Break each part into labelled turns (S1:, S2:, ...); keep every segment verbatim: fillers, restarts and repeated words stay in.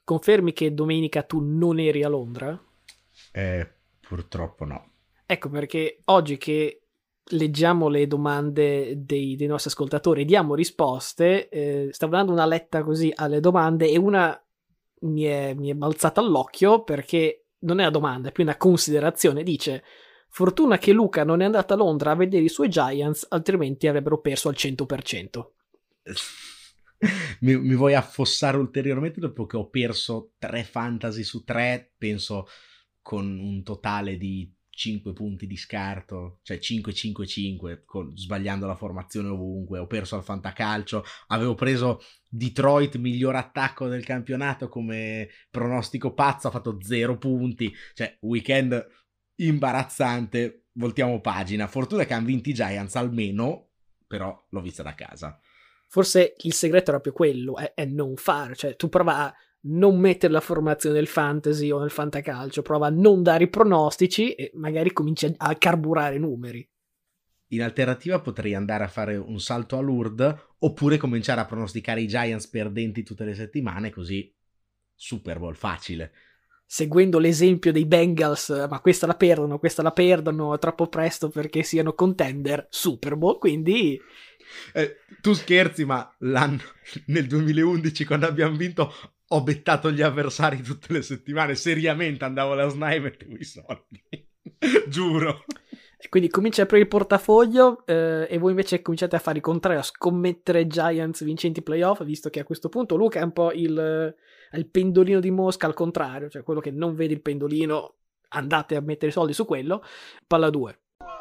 S1: Confermi che domenica tu non eri a Londra?
S2: Eh, purtroppo no.
S1: Ecco perché oggi che leggiamo le domande dei, dei nostri ascoltatori e diamo risposte, eh, stavo dando una letta così alle domande e una mi è, mi è balzata all'occhio perché non è una domanda, è più una considerazione. Dice: fortuna che Luca non è andato a Londra a vedere i suoi Giants, altrimenti avrebbero perso al cento per cento.
S2: mi, mi vuoi affossare ulteriormente dopo che ho perso tre fantasy su tre, penso con un totale di cinque punti di scarto, cioè cinque cinque cinque, con, sbagliando la formazione ovunque. Ho perso al fantacalcio, avevo preso Detroit miglior attacco del campionato come pronostico pazzo, ha fatto zero punti, cioè weekend imbarazzante. Voltiamo pagina, fortuna che hanno vinto i Giants almeno, però l'ho vista da casa.
S1: Forse il segreto era più quello, è, è non fare, cioè tu prova a non mettere la formazione del fantasy o nel fantacalcio, prova a non dare i pronostici e magari cominci a, a carburare numeri.
S2: In alternativa potrei andare a fare un salto a Lourdes oppure cominciare a pronosticare i Giants perdenti tutte le settimane, così Super Bowl facile.
S1: Seguendo l'esempio dei Bengals, ma questa la perdono, questa la perdono, è troppo presto perché siano contender, Super Bowl, quindi...
S2: Eh, tu scherzi, ma l'anno nel duemilaundici quando abbiamo vinto ho bettato gli avversari tutte le settimane, seriamente andavo alla S N A e mettevo i soldi, giuro.
S1: E quindi comincia a aprire il portafoglio eh, e voi invece cominciate a fare il contrario, a scommettere Giants vincenti playoff, visto che a questo punto Luca è un po' il, il pendolino di Mosca al contrario, cioè quello che non vede il pendolino, andate a mettere i soldi su quello. Palla due.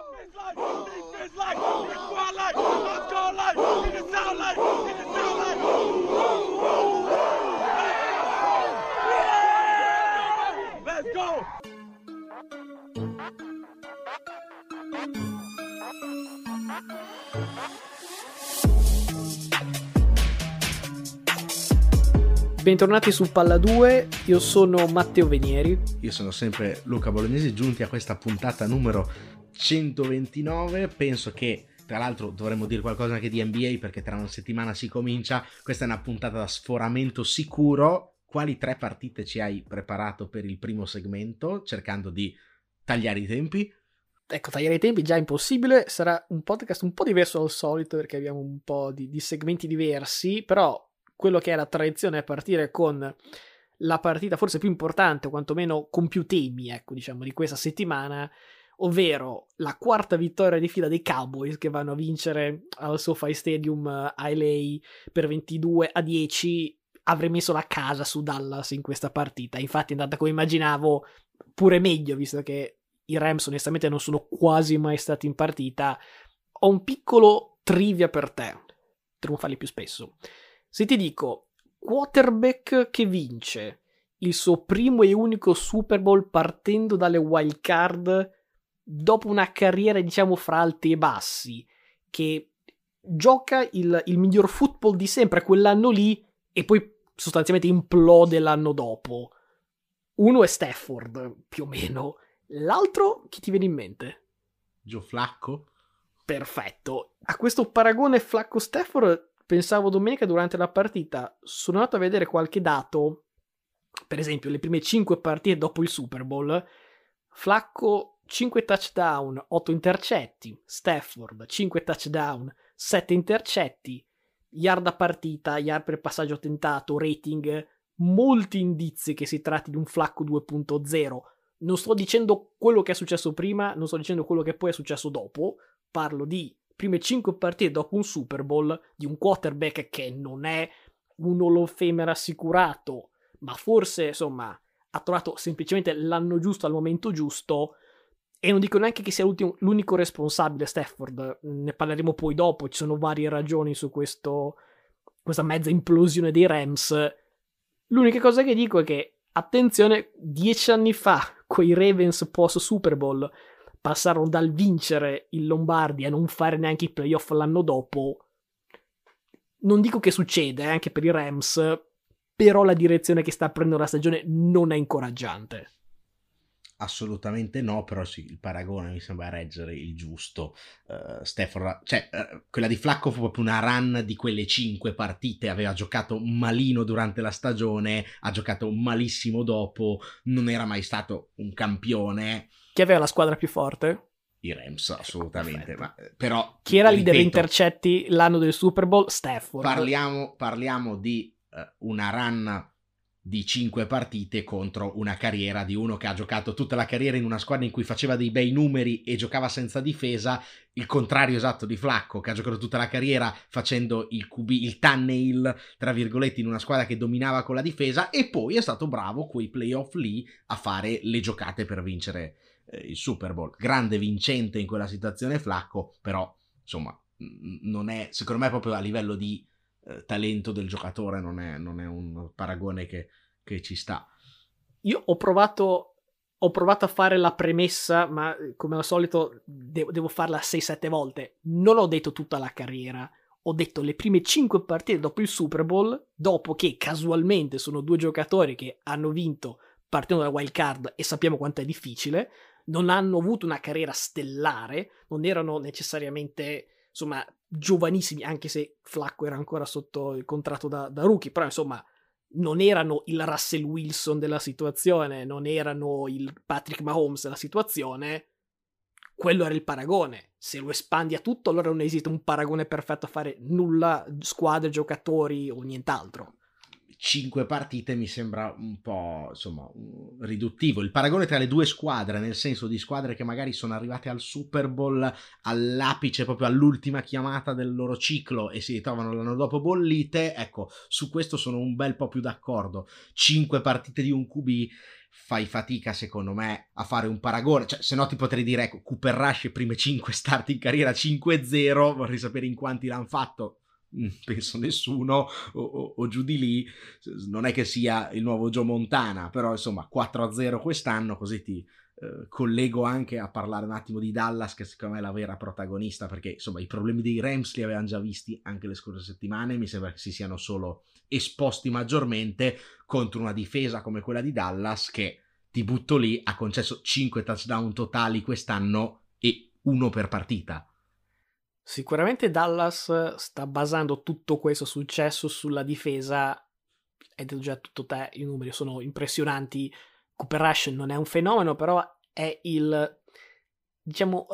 S1: Bentornati su Palla due, io sono Matteo Venieri.
S2: Io sono sempre Luca Bolognesi, giunti a questa puntata numero centoventinove. Penso che, tra l'altro, dovremmo dire qualcosa anche di N B A perché tra una settimana si comincia. Questa è una puntata da sforamento sicuro. Quali tre partite ci hai preparato per il primo segmento, cercando di tagliare i tempi?
S1: Ecco, tagliare i tempi già è impossibile, sarà un podcast un po' diverso dal solito perché abbiamo un po' di, di segmenti diversi, però quello che è la tradizione è partire con la partita forse più importante, o quantomeno con più temi, ecco, diciamo, di questa settimana, ovvero la quarta vittoria di fila dei Cowboys che vanno a vincere al SoFi Stadium a L A per ventidue a dieci. Avrei messo la casa su Dallas in questa partita, infatti è andata come immaginavo, pure meglio, visto che i Rams onestamente non sono quasi mai stati in partita. Ho un piccolo trivia per te, potremmo farli più spesso. Se ti dico quarterback che vince il suo primo e unico Super Bowl partendo dalle wild card dopo una carriera diciamo fra alti e bassi, che gioca il, il miglior football di sempre quell'anno lì e poi sostanzialmente implode l'anno dopo. Uno è Stafford, più o meno. L'altro, chi ti viene in mente?
S2: Joe Flacco?
S1: Perfetto. A questo paragone Flacco-Stafford pensavo domenica durante la partita. Sono andato a vedere qualche dato. Per esempio, le prime cinque partite dopo il Super Bowl. Flacco cinque touchdown, otto intercetti. Stafford cinque touchdown, sette intercetti. Yard a partita, yard per passaggio tentato, rating. Molti indizi che si tratti di un Flacco due punto zero. Non sto dicendo quello che è successo prima, non sto dicendo quello che poi è successo dopo. Parlo di prime cinque partite dopo un Super Bowl di un quarterback che non è un Hall of Famer assicurato, ma forse, insomma, ha trovato semplicemente l'anno giusto al momento giusto. E non dico neanche che sia l'unico responsabile Stafford, ne parleremo poi dopo, ci sono varie ragioni su questo, questa mezza implosione dei Rams. L'unica cosa che dico è che, attenzione, dieci anni fa, quei Ravens post Super Bowl passarono dal vincere il Lombardi a non fare neanche i playoff l'anno dopo. Non dico che succede, eh, anche per i Rams, però la direzione che sta prendendo la stagione non è incoraggiante.
S2: assolutamente no, però sì, il paragone mi sembra reggere il giusto. Uh, Stafford, cioè, uh, quella di Flacco fu proprio una run di quelle cinque partite, aveva giocato malino durante la stagione, ha giocato malissimo dopo, non era mai stato un campione.
S1: Chi aveva la squadra più forte?
S2: I Rams, assolutamente. Ma, però,
S1: chi era
S2: ripeto,
S1: leader intercetti l'anno del Super Bowl? Stafford.
S2: Parliamo, parliamo di uh, una run di cinque partite contro una carriera di uno che ha giocato tutta la carriera in una squadra in cui faceva dei bei numeri e giocava senza difesa, il contrario esatto di Flacco, che ha giocato tutta la carriera facendo il Q B, il Tannehill, tra virgolette, in una squadra che dominava con la difesa, e poi è stato bravo quei playoff lì a fare le giocate per vincere eh, il Super Bowl. Grande vincente in quella situazione Flacco, però insomma non è, secondo me, proprio a livello di eh, talento del giocatore non è, non è un paragone che, che ci sta.
S1: Io ho provato ho provato a fare la premessa, ma come al solito devo, devo farla sei sette volte. Non ho detto tutta la carriera, ho detto le prime cinque partite dopo il Super Bowl, dopo che casualmente sono due giocatori che hanno vinto partendo dalla wild card e sappiamo quanto è difficile, non hanno avuto una carriera stellare, non erano necessariamente insomma giovanissimi, anche se Flacco era ancora sotto il contratto da, da rookie, però insomma non erano il Russell Wilson della situazione, non erano il Patrick Mahomes della situazione. Quello era il paragone. Se lo espandi a tutto, allora non esiste un paragone perfetto a fare nulla, squadre, giocatori o nient'altro.
S2: Cinque partite mi sembra un po', insomma, riduttivo. Il paragone tra le due squadre, nel senso di squadre che magari sono arrivate al Super Bowl all'apice, proprio all'ultima chiamata del loro ciclo e si ritrovano l'anno dopo bollite, ecco, su questo sono un bel po' più d'accordo. Cinque partite di un Q B, fai fatica secondo me a fare un paragone, cioè se no ti potrei dire ecco, Cooper Rush prime cinque start in carriera cinque zero, vorrei sapere in quanti l'hanno fatto, penso nessuno o, o, o giù di lì, non è che sia il nuovo Joe Montana, però insomma quattro a zero quest'anno, così ti eh, collego anche a parlare un attimo di Dallas, che secondo me è la vera protagonista, perché insomma i problemi dei Rams li avevamo già visti anche le scorse settimane, mi sembra che si siano solo esposti maggiormente contro una difesa come quella di Dallas che, ti butto lì, ha concesso cinque touchdown totali quest'anno e uno per partita.
S1: Sicuramente Dallas sta basando tutto questo successo sulla difesa, hai detto già tutto te, i numeri sono impressionanti. Cooper Rush non è un fenomeno, però è il, diciamo,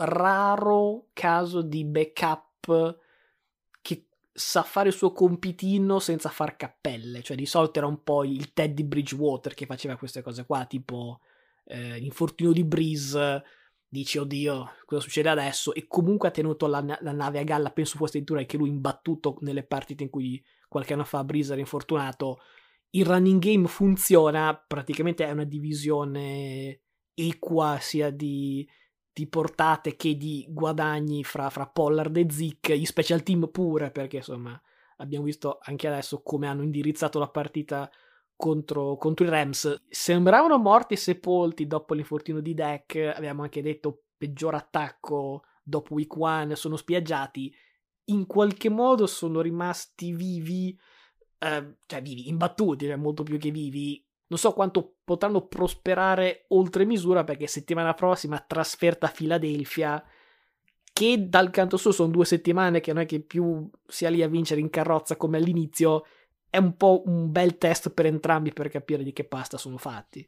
S1: raro caso di backup che sa fare il suo compitino senza far cappelle, cioè di solito era un po' il Teddy Bridgewater che faceva queste cose qua, tipo eh, l'infortunio di Breeze, dici oddio cosa succede adesso, e comunque ha tenuto la, la nave a galla. Penso fosse addirittura anche lui imbattuto nelle partite in cui qualche anno fa Breeze era infortunato. Il running game funziona, praticamente è una divisione equa sia di, di portate che di guadagni fra, fra Pollard e Zeke, gli special team pure, perché insomma abbiamo visto anche adesso come hanno indirizzato la partita contro, contro i Rams. Sembravano morti e sepolti dopo l'infortunio di Dak, abbiamo anche detto peggior attacco dopo week one, sono spiaggiati, in qualche modo sono rimasti vivi, eh, cioè vivi, imbattuti, cioè molto più che vivi. Non so quanto potranno prosperare oltre misura, perché settimana prossima trasferta a Philadelphia, che dal canto suo sono due settimane che non è che più sia lì a vincere in carrozza come all'inizio. È un po' un bel test per entrambi per capire di che pasta sono fatti.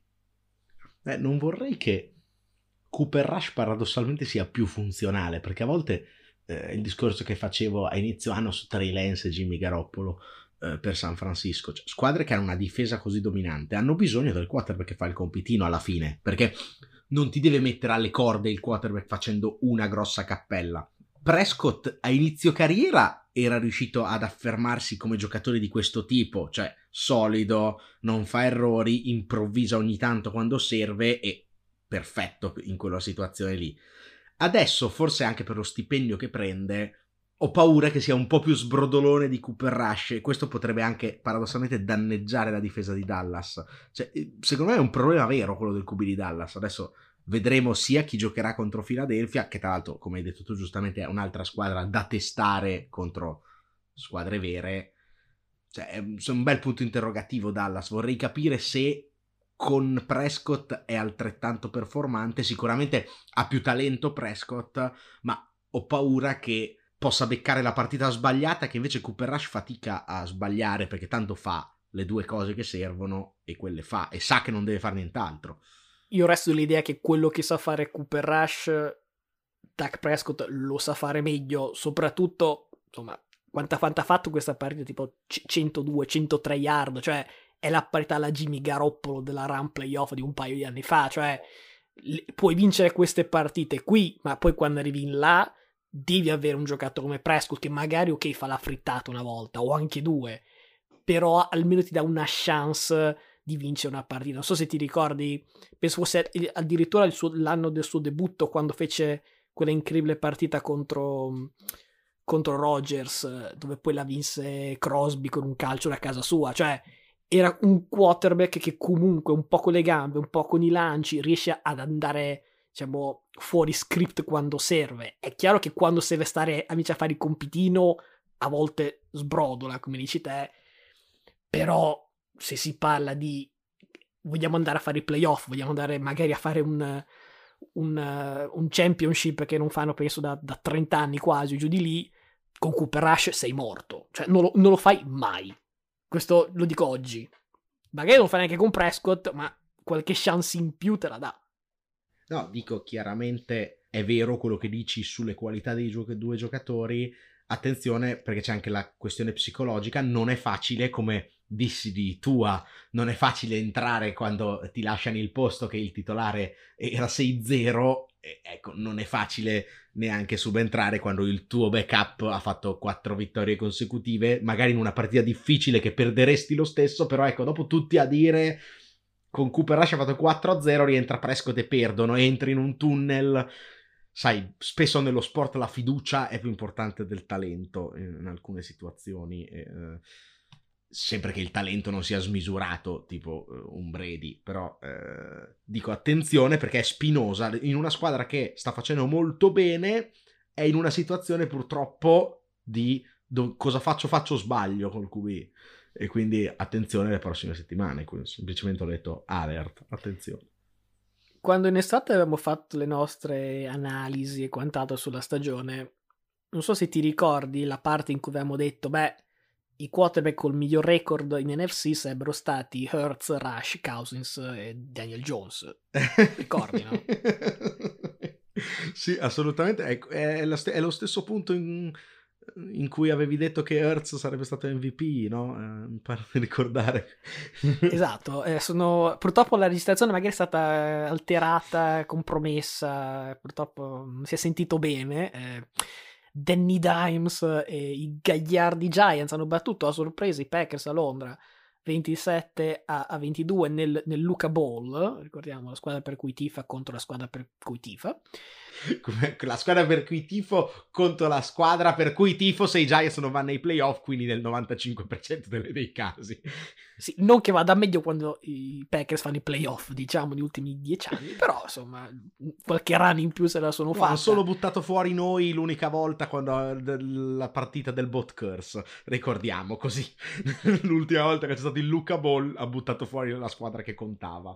S2: Eh, non vorrei che Cooper Rush paradossalmente sia più funzionale, perché a volte eh, il discorso che facevo a inizio anno su Trey Lance e Jimmy Garoppolo eh, per San Francisco, cioè, squadre che hanno una difesa così dominante hanno bisogno del quarterback che fa il compitino alla fine, perché non ti deve mettere alle corde il quarterback facendo una grossa cappella. Prescott a inizio carriera era riuscito ad affermarsi come giocatore di questo tipo, cioè solido, non fa errori, improvvisa ogni tanto quando serve e perfetto in quella situazione lì. Adesso, forse anche per lo stipendio che prende, ho paura che sia un po' più sbrodolone di Cooper Rush, e questo potrebbe anche paradossalmente danneggiare la difesa di Dallas. Cioè, secondo me è un problema vero quello del Q B di Dallas. Adesso vedremo sia chi giocherà contro Philadelphia, che tra l'altro, come hai detto tu giustamente, è un'altra squadra da testare contro squadre vere. Cioè, è un bel punto interrogativo Dallas. Vorrei capire se con Prescott è altrettanto performante, sicuramente ha più talento Prescott, ma ho paura che possa beccare la partita sbagliata, che invece Cooper Rush fatica a sbagliare perché tanto fa le due cose che servono e quelle fa e sa che non deve fare nient'altro.
S1: Io resto dell'idea che quello che sa fare Cooper Rush, Dak Prescott lo sa fare meglio, soprattutto, insomma, quanta fanta ha fatto questa partita, tipo centodue centotré yard, cioè è la parità alla Jimmy Garoppolo della run playoff di un paio di anni fa, cioè puoi vincere queste partite qui, ma poi quando arrivi in là devi avere un giocatore come Prescott che magari ok fa la frittata una volta o anche due, però almeno ti dà una chance di vincere una partita. Non so se ti ricordi, penso fosse addirittura il suo, l'anno del suo debutto, quando fece quella incredibile partita contro contro Rodgers, dove poi la vinse Crosby con un calcio da casa sua, cioè era un quarterback che comunque un po' con le gambe, un po' con i lanci riesce ad andare, diciamo, fuori script quando serve. È chiaro che quando serve stare amici a fare il compitino a volte sbrodola, come dici te, però se si parla di vogliamo andare a fare i playoff, vogliamo andare magari a fare un, un, un championship che non fanno penso da, da trenta anni quasi, giù di lì, con Cooper Rush sei morto, cioè non lo, non lo fai mai. Questo lo dico oggi. Magari non lo fai neanche con Prescott, ma qualche chance in più te la dà.
S2: No, dico chiaramente è vero quello che dici sulle qualità dei gio- due giocatori. Attenzione, perché c'è anche la questione psicologica. Non è facile, come dissi di Tua, non è facile entrare quando ti lasciano il posto che il titolare era sei zero. E ecco, non è facile neanche subentrare quando il tuo backup ha fatto quattro vittorie consecutive, magari in una partita difficile che perderesti lo stesso, però ecco, dopo tutti a dire con Cooper Rush ha fatto quattro a zero, rientra Prescott e perdono, entri in un tunnel. Sai, spesso nello sport la fiducia è più importante del talento in alcune situazioni, eh, sempre che il talento non sia smisurato, tipo eh, un Brady, però eh, dico attenzione perché è spinosa, in una squadra che sta facendo molto bene, è in una situazione purtroppo di do, cosa faccio, faccio, sbaglio col Q B, e quindi attenzione le prossime settimane, quindi semplicemente ho detto alert, attenzione.
S1: Quando in estate avevamo fatto le nostre analisi e quant'altro sulla stagione, non so se ti ricordi la parte in cui avevamo detto, beh, i quarterback col miglior record in N F C sarebbero stati Hurts, Rush, Cousins e Daniel Jones. Ricordi, no?
S2: Sì, assolutamente. È, è, la, è lo stesso punto in, in cui avevi detto che Hurts sarebbe stato M V P, no? Eh, mi pare di ricordare.
S1: Esatto, eh, sono... purtroppo la registrazione magari è stata alterata, compromessa, purtroppo non si è sentito bene. Eh, Danny Dimes e i gagliardi Giants hanno battuto a sorpresa i Packers a Londra ventisette a ventidue nel, nel Luca Bowl, ricordiamo la squadra per cui tifa contro la squadra per cui tifa.
S2: Come la squadra per cui tifo contro la squadra per cui tifo se i Giants non vanno ai playoff, quindi nel novantacinque per cento delle, dei casi.
S1: Sì, non che vada meglio quando i Packers fanno i playoff, diciamo, negli ultimi dieci anni, però insomma qualche run in più se la sono no, fatta.
S2: Hanno solo buttato fuori noi l'unica volta quando la partita del bot curse, ricordiamo così. L'ultima volta che c'è stato il Luca Ball ha buttato fuori la squadra che contava.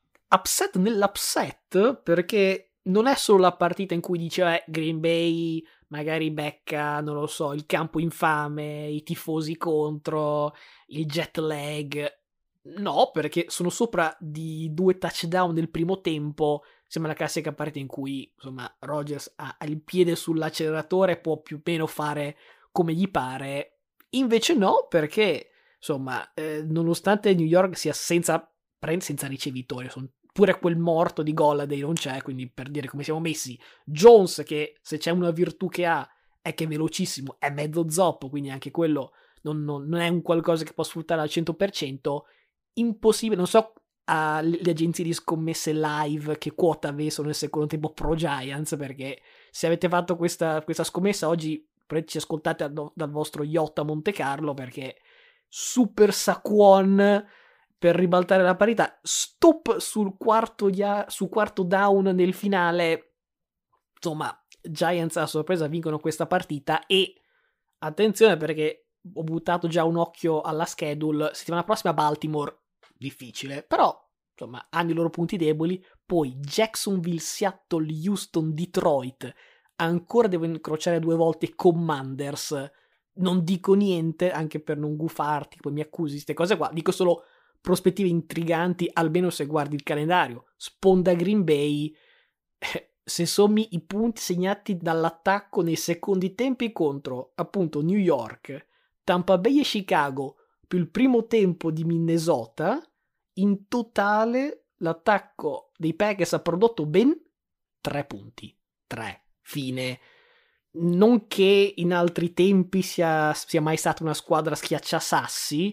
S1: Upset nell'upset, perché non è solo la partita in cui dice eh, Green Bay magari becca, non lo so, il campo infame, i tifosi contro, il jet lag. No, perché sono sopra di due touchdown nel primo tempo. Sembra la classica partita in cui, insomma, Rodgers ha, ha il piede sull'acceleratore e può più o meno fare come gli pare. Invece no, perché, insomma, eh, nonostante New York sia senza, senza ricevitori, sono pure quel morto di Golladay non c'è, quindi per dire come siamo messi, Jones, che se c'è una virtù che ha è che è velocissimo, è mezzo zoppo, quindi anche quello non, non, non è un qualcosa che può sfruttare al cento per cento. Impossibile, non so uh, le agenzie di scommesse live che quota avessero nel secondo tempo pro Giants, perché se avete fatto questa, questa scommessa oggi ci ascoltate dal, dal vostro yacht a Monte Carlo, perché super Saquon per ribaltare la parità, stop sul quarto, su quarto down nel finale. Insomma, Giants a sorpresa vincono questa partita e attenzione perché ho buttato già un occhio alla schedule. Settimana prossima Baltimore, difficile, però insomma, hanno i loro punti deboli. Poi Jacksonville, Seattle, Houston, Detroit, ancora devo incrociare due volte Commanders. Non dico niente, anche per non gufarti, poi mi accusi queste cose qua, dico solo prospettive intriganti, almeno se guardi il calendario. Sponda Green Bay, eh, se sommi i punti segnati dall'attacco nei secondi tempi contro, appunto, New York, Tampa Bay e Chicago, più il primo tempo di Minnesota, in totale l'attacco dei Packers ha prodotto ben tre punti. Tre. Fine. Non che in altri tempi sia, sia mai stata una squadra schiacciasassi,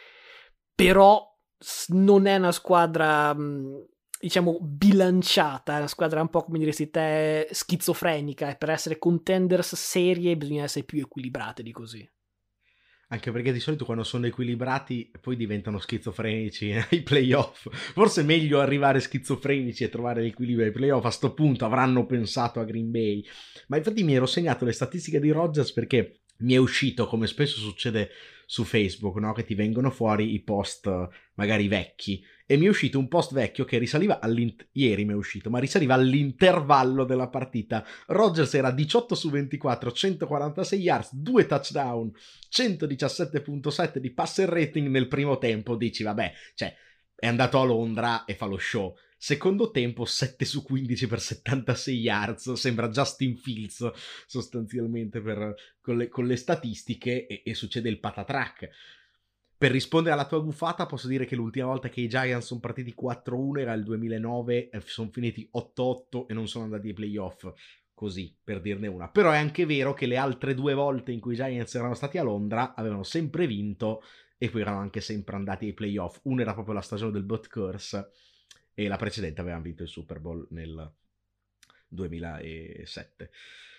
S1: però non è una squadra, diciamo, bilanciata, è una squadra un po', come diresti te, schizofrenica, e per essere contenders serie bisogna essere più equilibrate di così.
S2: Anche perché di solito quando sono equilibrati poi diventano schizofrenici ai playoff. Forse è meglio arrivare schizofrenici e trovare l'equilibrio ai playoff. A sto punto avranno pensato a Green Bay. Ma infatti mi ero segnato le statistiche di Rodgers perché mi è uscito, come spesso succede su Facebook, no? Che ti vengono fuori i post magari vecchi. E mi è uscito un post vecchio che risaliva all'int- ieri mi è uscito, ma risaliva all'intervallo della partita. Rodgers era diciotto su ventiquattro, centoquarantasei yards, due touchdown, centodiciassette virgola sette di passer rating nel primo tempo. Dici, vabbè, cioè, è andato a Londra e fa lo show. Secondo tempo sette su quindici per settantasei yards, sembra Justin Fields sostanzialmente per, con, le, con le statistiche, e, e succede il patatrack. Per rispondere alla tua gufata posso dire che l'ultima volta che i Giants sono partiti quattro uno era il duemilanove, e sono finiti otto otto e non sono andati ai playoff, così, per dirne una. Però è anche vero che le altre due volte in cui i Giants erano stati a Londra avevano sempre vinto e poi erano anche sempre andati ai playoff. Una era proprio la stagione del Butt Curse e la precedente avevano vinto il Super Bowl nel duemilasette.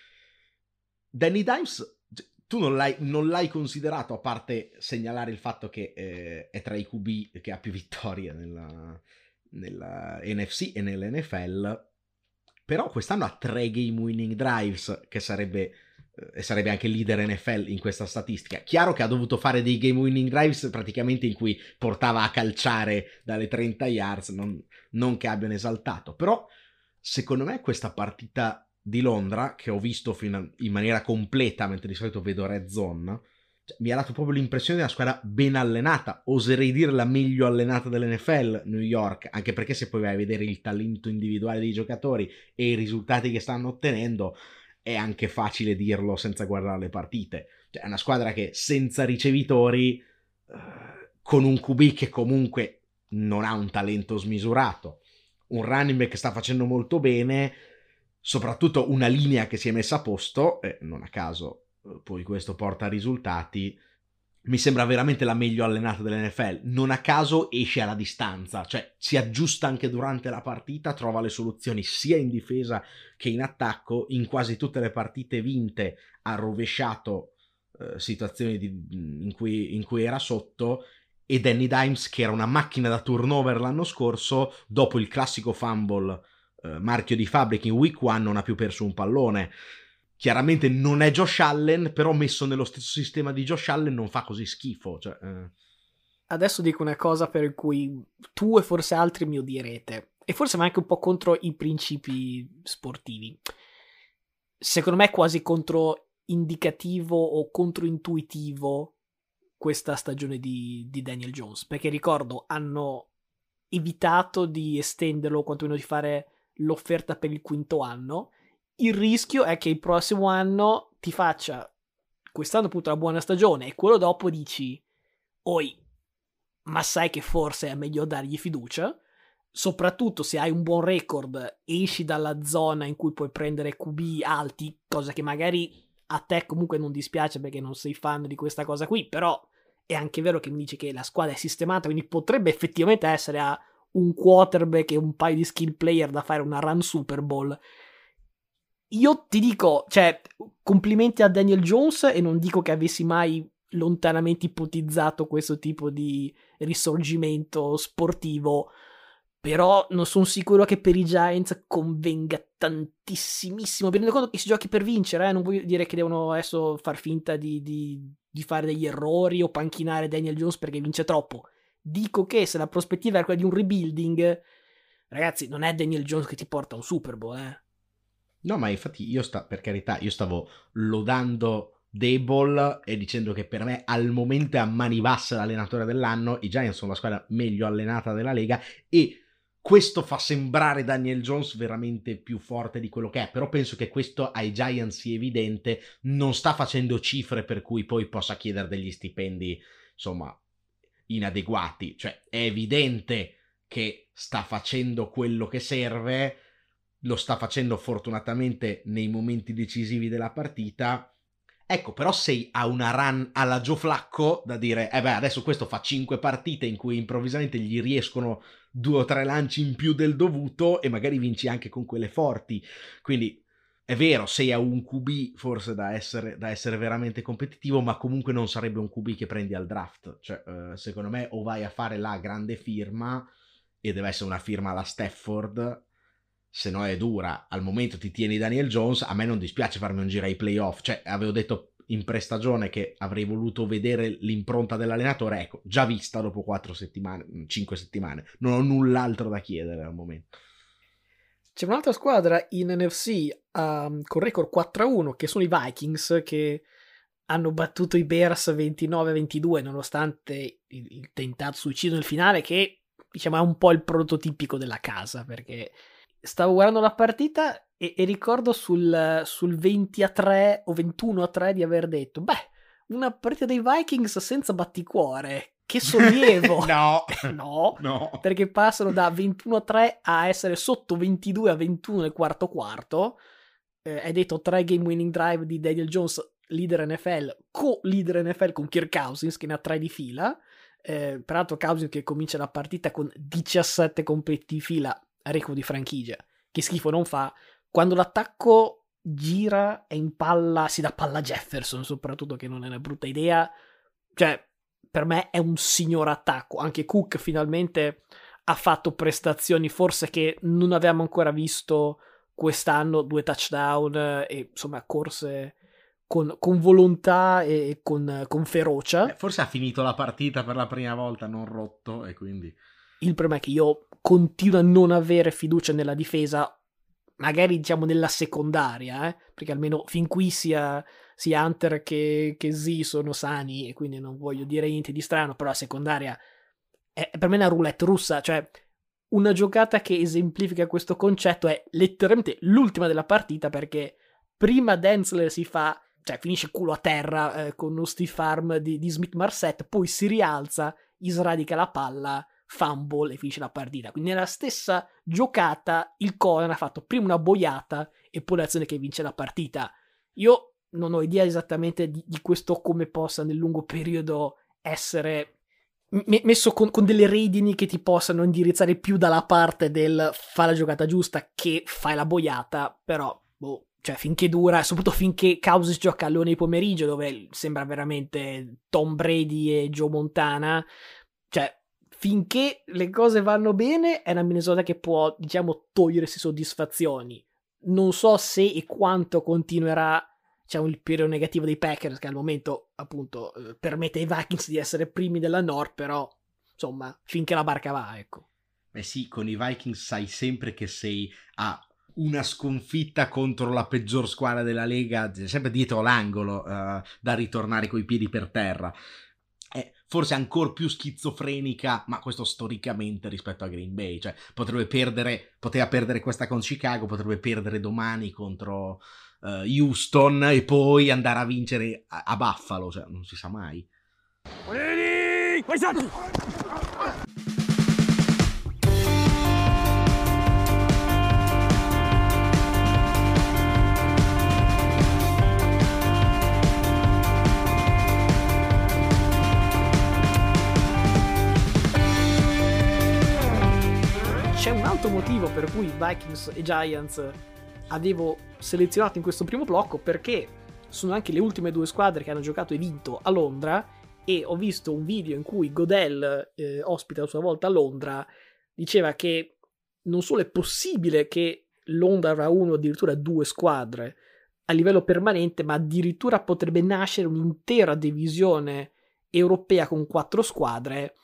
S2: Danny Dimes, tu non l'hai, non l'hai considerato, a parte segnalare il fatto che eh, è tra i Q B che ha più vittorie nella, nella N F C e nell'N F L, però quest'anno ha tre game winning drives, che sarebbe, eh, sarebbe anche il leader N F L in questa statistica. Chiaro che ha dovuto fare dei game winning drives praticamente in cui portava a calciare dalle trenta yards, non, non che abbiano esaltato, però secondo me questa partita di Londra, che ho visto fino a, in maniera completa, mentre di solito vedo Red Zone, cioè, mi ha dato proprio l'impressione di una squadra ben allenata, oserei dire la meglio allenata dell'N F L, New York, anche perché se poi vai a vedere il talento individuale dei giocatori e i risultati che stanno ottenendo, è anche facile dirlo senza guardare le partite. Cioè, è una squadra che senza ricevitori, eh, con un Q B che comunque non ha un talento smisurato, un running back che sta facendo molto bene, soprattutto una linea che si è messa a posto, e non a caso poi questo porta a risultati, mi sembra veramente la meglio allenata dell'N F L. Non a caso esce alla distanza, cioè si aggiusta anche durante la partita, trova le soluzioni sia in difesa che in attacco. In quasi tutte le partite vinte ha rovesciato eh, situazioni di, in, cui, in cui era sotto. E Danny Dimes, che era una macchina da turnover l'anno scorso, dopo il classico fumble Uh, marchio di fabbrica in week one, non ha più perso un pallone. Chiaramente non è Josh Allen, però messo nello stesso sistema di Josh Allen non fa così schifo, cioè, uh...
S1: Adesso dico una cosa per cui tu e forse altri mi odierete, e forse va anche un po' contro i principi sportivi. Secondo me è quasi controindicativo o controintuitivo questa stagione di, di Daniel Jones, perché ricordo hanno evitato di estenderlo o quantomeno di fare l'offerta per il quinto anno. Il rischio è che il prossimo anno ti faccia quest'anno appunto una buona stagione e quello dopo dici oi, ma sai che forse è meglio dargli fiducia, soprattutto se hai un buon record, esci dalla zona in cui puoi prendere Q B alti, cosa che magari a te comunque non dispiace perché non sei fan di questa cosa qui, però è anche vero che mi dici che la squadra è sistemata, quindi potrebbe effettivamente essere a un quarterback e un paio di skill player da fare una run Super Bowl. Io ti dico, cioè, complimenti a Daniel Jones, e non dico che avessi mai lontanamente ipotizzato questo tipo di risorgimento sportivo, però non sono sicuro che per i Giants convenga tantissimissimo. Mi rendo conto che si giochi per vincere, eh? Non voglio dire che devono adesso far finta di, di, di fare degli errori o panchinare Daniel Jones perché vince troppo. dico che se la prospettiva è quella di un rebuilding, ragazzi, non è Daniel Jones che ti porta a un Super Bowl, eh.
S2: No, ma infatti io sta, per carità, io stavo lodando Daboll e dicendo che per me al momento è a mani basse l'allenatore dell'anno. I Giants sono la squadra meglio allenata della Lega e questo fa sembrare Daniel Jones veramente più forte di quello che è, però penso che questo ai Giants sia evidente, non sta facendo cifre per cui poi possa chiedere degli stipendi, insomma, inadeguati. Cioè è evidente che sta facendo quello che serve, lo sta facendo fortunatamente nei momenti decisivi della partita. Ecco, però sei a una run alla Joe Flacco da dire, eh beh, adesso questo fa cinque partite in cui improvvisamente gli riescono due o tre lanci in più del dovuto e magari vinci anche con quelle forti. Quindi è vero, sei a un Q B forse da essere, da essere veramente competitivo, ma comunque non sarebbe un Q B che prendi al draft. Cioè, eh, secondo me o vai a fare la grande firma, e deve essere una firma alla Stafford, se no è dura. Al momento ti tieni Daniel Jones, a me non dispiace farmi un giro ai playoff, cioè avevo detto in prestagione che avrei voluto vedere l'impronta dell'allenatore, ecco, già vista dopo quattro settimane, cinque settimane, non ho null'altro da chiedere al momento.
S1: C'è un'altra squadra in N F C um, con record quattro a uno, che sono i Vikings, che hanno battuto i Bears ventinove a ventidue nonostante il, il tentato suicidio nel finale, che diciamo è un po' il prototipico della casa, perché stavo guardando la partita e, e ricordo sul, sul venti a tre o ventuno a tre di aver detto, beh, una partita dei Vikings senza batticuore, che sollievo.
S2: no.
S1: no,
S2: no,
S1: perché passano da ventuno a tre a essere sotto ventidue a ventuno nel quarto quarto. Eh, hai detto tre game winning drive di Daniel Jones, leader N F L, co-leader N F L con Kirk Cousins, che ne ha tre di fila. Eh, peraltro Cousins che comincia la partita con diciassette completi di fila, record di franchigia, che schifo non fa. Quando l'attacco gira e in palla si dà palla a Jefferson, soprattutto, che non è una brutta idea. Cioè, per me è un signor attacco. Anche Cook finalmente ha fatto prestazioni forse che non avevamo ancora visto quest'anno, due touchdown e insomma corse con, con volontà e con, con ferocia.
S2: Eh, forse ha finito la partita per la prima volta, non rotto, e quindi...
S1: Il problema è che io continuo a non avere fiducia nella difesa, magari diciamo nella secondaria, eh? Perché almeno fin qui sia, sia Hunter che, che Z sono sani e quindi non voglio dire niente di strano, però la secondaria è, è per me una roulette russa. Cioè, una giocata che esemplifica questo concetto è letteralmente l'ultima della partita, perché prima Denzler si fa, cioè finisce culo a terra eh, con uno stiff arm di, di Smith Marset, poi si rialza, gli sradica la palla, fumble e finisce la partita. Quindi nella stessa giocata il Conan ha fatto prima una boiata e poi l'azione che vince la partita. Io non ho idea esattamente di, di questo come possa nel lungo periodo essere m- messo con, con delle redini che ti possano indirizzare più dalla parte del fa la giocata giusta che fai la boiata, però boh, cioè finché dura, soprattutto finché Cousins gioca all'una di pomeriggio, dove sembra veramente Tom Brady e Joe Montana, cioè finché le cose vanno bene è una Minnesota che può, diciamo, togliersi soddisfazioni. Non so se e quanto continuerà, diciamo, il periodo negativo dei Packers, che al momento appunto eh, permette ai Vikings di essere primi della North, però insomma finché la barca va, ecco.
S2: Beh sì, con i Vikings sai sempre che sei a una sconfitta contro la peggior squadra della Lega, sempre dietro l'angolo, uh, da ritornare coi piedi per terra. È forse ancora più schizofrenica, ma questo storicamente rispetto a Green Bay, cioè potrebbe perdere, poteva perdere questa con Chicago, potrebbe perdere domani contro uh, Houston e poi andare a vincere a, a Buffalo, cioè non si sa mai.
S1: C'è un altro motivo per cui Vikings e Giants avevo selezionato in questo primo blocco, perché sono anche le ultime due squadre che hanno giocato e vinto a Londra, e ho visto un video in cui Godel, eh, ospite a sua volta a Londra, diceva che non solo è possibile che Londra avrà uno o addirittura due squadre a livello permanente, ma addirittura potrebbe nascere un'intera divisione europea con quattro squadre.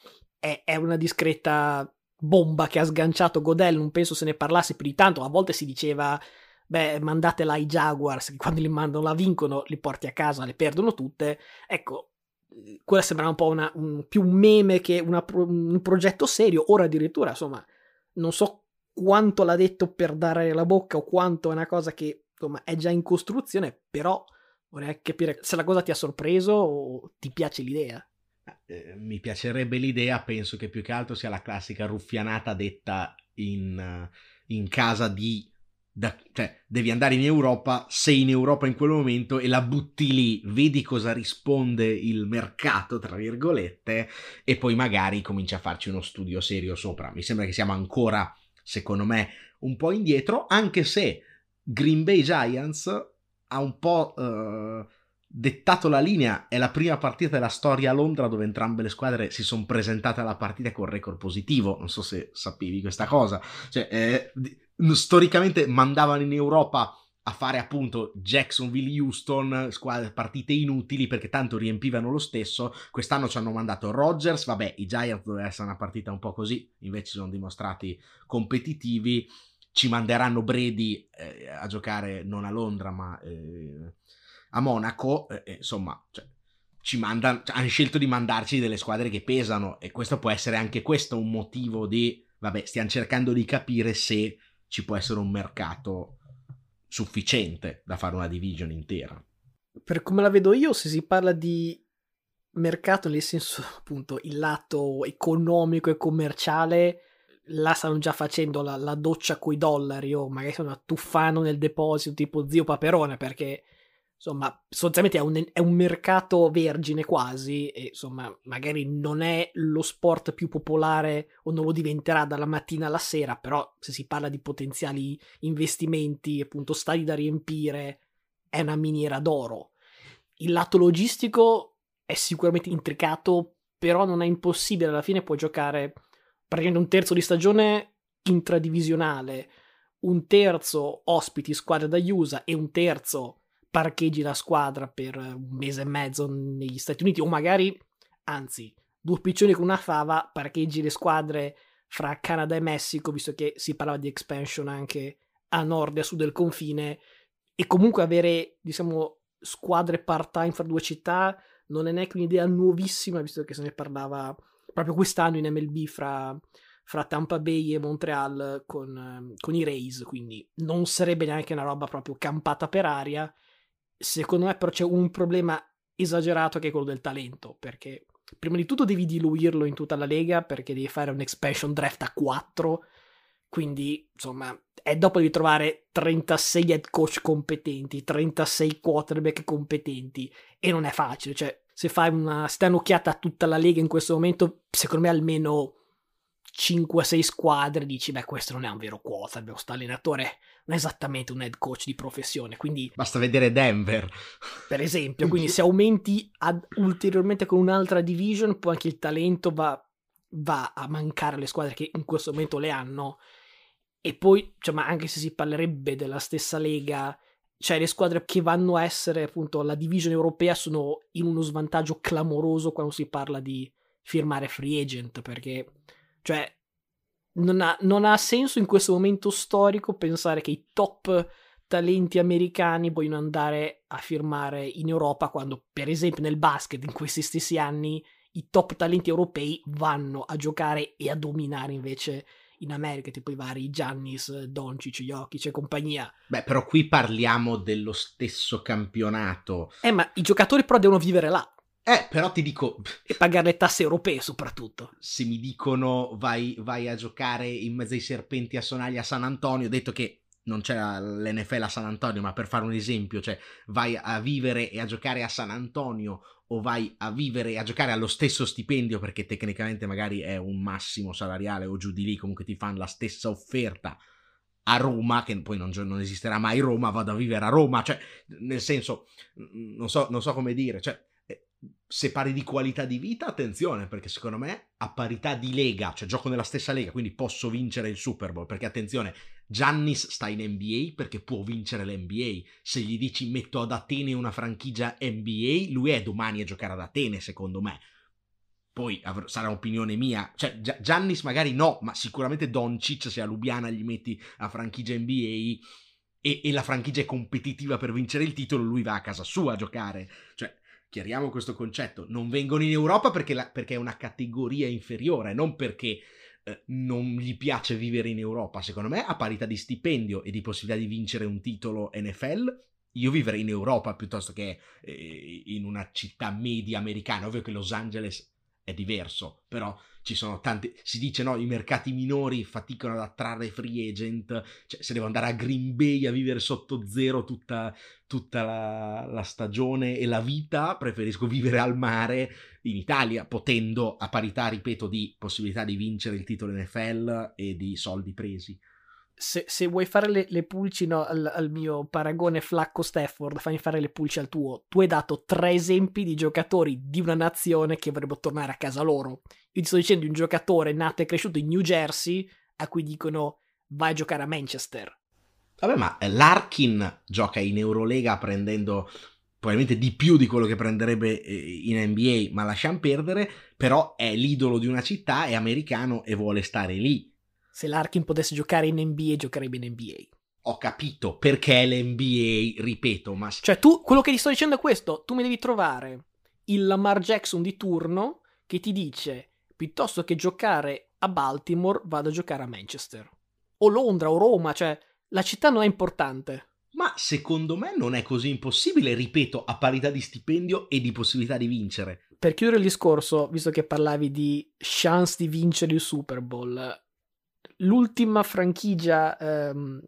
S1: è, è una discreta bomba che ha sganciato Godel, non penso se ne parlasse più di tanto. A volte si diceva, beh, mandatela ai Jaguars, che quando li mandano la vincono, li porti a casa, le perdono tutte. Ecco, quella sembra un po' una, un, più un meme che una, un progetto serio. Ora addirittura, insomma, non so quanto l'ha detto per dare la bocca o quanto è una cosa che, insomma, è già in costruzione, però vorrei capire se la cosa ti ha sorpreso o ti piace l'idea.
S2: Eh, mi piacerebbe l'idea, penso che più che altro sia la classica ruffianata detta in, in casa di... Da, cioè, devi andare in Europa, sei in Europa in quel momento e la butti lì, vedi cosa risponde il mercato, tra virgolette, e poi magari cominci a farci uno studio serio sopra. Mi sembra che siamo ancora, secondo me, un po' indietro, anche se Green Bay Giants ha un po' uh, dettato la linea. È la prima partita della storia a Londra dove entrambe le squadre si sono presentate alla partita con record positivo. Non so se sapevi questa cosa. Cioè, eh, storicamente mandavano in Europa a fare appunto Jacksonville-Houston, squadre, partite inutili perché tanto riempivano lo stesso. Quest'anno ci hanno mandato Rodgers, vabbè, i Giants doveva essere una partita un po' così, invece si sono dimostrati competitivi. Ci manderanno Brady eh, a giocare non a Londra ma eh, a Monaco, eh, insomma, cioè, ci mandano, cioè, hanno scelto di mandarci delle squadre che pesano, e questo può essere anche questo un motivo di, vabbè, stiamo cercando di capire se ci può essere un mercato sufficiente da fare una division intera.
S1: Per come la vedo io, se si parla di mercato nel senso appunto il lato economico e commerciale, là stanno già facendo la, la doccia coi dollari, o magari stanno attuffando nel deposito tipo zio Paperone, perché insomma sostanzialmente è un, è un mercato vergine quasi, e insomma magari non è lo sport più popolare o non lo diventerà dalla mattina alla sera, però se si parla di potenziali investimenti, appunto stadi da riempire, è una miniera d'oro. Il lato logistico è sicuramente intricato, però non è impossibile. Alla fine puoi giocare praticamente un terzo di stagione intradivisionale, un terzo ospiti squadre da U S A e un terzo parcheggi la squadra per un mese e mezzo negli Stati Uniti, o magari, anzi, due piccioni con una fava, parcheggi le squadre fra Canada e Messico, visto che si parlava di expansion anche a nord e a sud del confine, e comunque avere, diciamo, squadre part-time fra due città non è neanche un'idea nuovissima, visto che se ne parlava proprio quest'anno in M L B fra, fra Tampa Bay e Montreal con, con i Rays, quindi non sarebbe neanche una roba proprio campata per aria. Secondo me però c'è un problema esagerato che è quello del talento, perché prima di tutto devi diluirlo in tutta la lega, perché devi fare un expansion draft a quattro, quindi insomma è dopo di trovare trentasei head coach competenti, trentasei quarterback competenti, e non è facile. Cioè, se fai una, se dai un'occhiata a tutta la lega in questo momento, secondo me almeno cinque sei squadre dici, beh, questo non è un vero quarterback, questo allenatore non è esattamente un head coach di professione, quindi
S2: basta vedere Denver
S1: per esempio. Quindi se aumenti ad, ulteriormente con un'altra division, poi anche il talento va, va a mancare alle squadre che in questo momento le hanno. E poi, cioè, ma anche se si parlerebbe della stessa lega, cioè le squadre che vanno a essere appunto la division europea sono in uno svantaggio clamoroso quando si parla di firmare free agent, perché cioè non ha, non ha senso in questo momento storico pensare che i top talenti americani vogliono andare a firmare in Europa, quando per esempio nel basket in questi stessi anni i top talenti europei vanno a giocare e a dominare invece in America, tipo i vari Giannis, Doncic, Jokic e compagnia.
S2: Beh, però qui parliamo dello stesso campionato.
S1: Eh, ma i giocatori però devono vivere là.
S2: Eh, però ti dico...
S1: E pagare le tasse europee soprattutto.
S2: Se mi dicono vai, vai a giocare in mezzo ai serpenti a Sonalia a San Antonio, detto che non c'era l'N F L a San Antonio, ma per fare un esempio, cioè vai a vivere e a giocare a San Antonio, o vai a vivere e a giocare allo stesso stipendio, perché tecnicamente magari è un massimo salariale o giù di lì, comunque ti fanno la stessa offerta a Roma, che poi non, non esisterà mai Roma, vado a vivere a Roma, cioè nel senso, non so, non so come dire, cioè se parli di qualità di vita, attenzione, perché secondo me a parità di lega, cioè gioco nella stessa lega, quindi posso vincere il Super Bowl, perché attenzione, Giannis sta in N B A perché può vincere l'N B A. Se gli dici metto ad Atene una franchigia N B A, lui è domani a giocare ad Atene, secondo me. poi avr- sarà opinione mia, cioè Gi- Giannis magari no, ma sicuramente Doncic, se a Lubiana gli metti a franchigia N B A e, e la franchigia è competitiva per vincere il titolo, lui va a casa sua a giocare. Cioè, chiariamo questo concetto, non vengono in Europa perché, la, perché è una categoria inferiore, non perché eh, non gli piace vivere in Europa. Secondo me, a parità di stipendio e di possibilità di vincere un titolo N F L, io vivrei in Europa piuttosto che eh, in una città media americana. Ovvio che Los Angeles è diverso, però ci sono tanti, si dice no, i mercati minori faticano ad attrarre free agent, cioè se devo andare a Green Bay a vivere sotto zero tutta, tutta la, la stagione e la vita, preferisco vivere al mare in Italia, potendo a parità, ripeto, di possibilità di vincere il titolo N F L e di soldi presi.
S1: Se, se vuoi fare le, le pulci no, al, al mio paragone Flacco Stafford, fammi fare le pulci al tuo. Tu hai dato tre esempi di giocatori di una nazione che vorrebbero tornare a casa loro. Io ti sto dicendo di un giocatore nato e cresciuto in New Jersey a cui dicono vai a giocare a Manchester.
S2: Vabbè, ma Larkin gioca in Eurolega prendendo probabilmente di più di quello che prenderebbe in N B A, ma lasciamo perdere, però è l'idolo di una città, è americano e vuole stare lì.
S1: Se Larkin potesse giocare in N B A, giocherebbe in N B A.
S2: Ho capito, perché l'N B A, ripeto, ma...
S1: Cioè tu, quello che ti sto dicendo è questo, tu mi devi trovare il Lamar Jackson di turno che ti dice, piuttosto che giocare a Baltimore, vado a giocare a Manchester. O Londra, o Roma, cioè la città non è importante.
S2: Ma secondo me non è così impossibile, ripeto, a parità di stipendio e di possibilità di vincere.
S1: Per chiudere il discorso, visto che parlavi di chance di vincere il Super Bowl, l'ultima franchigia ehm,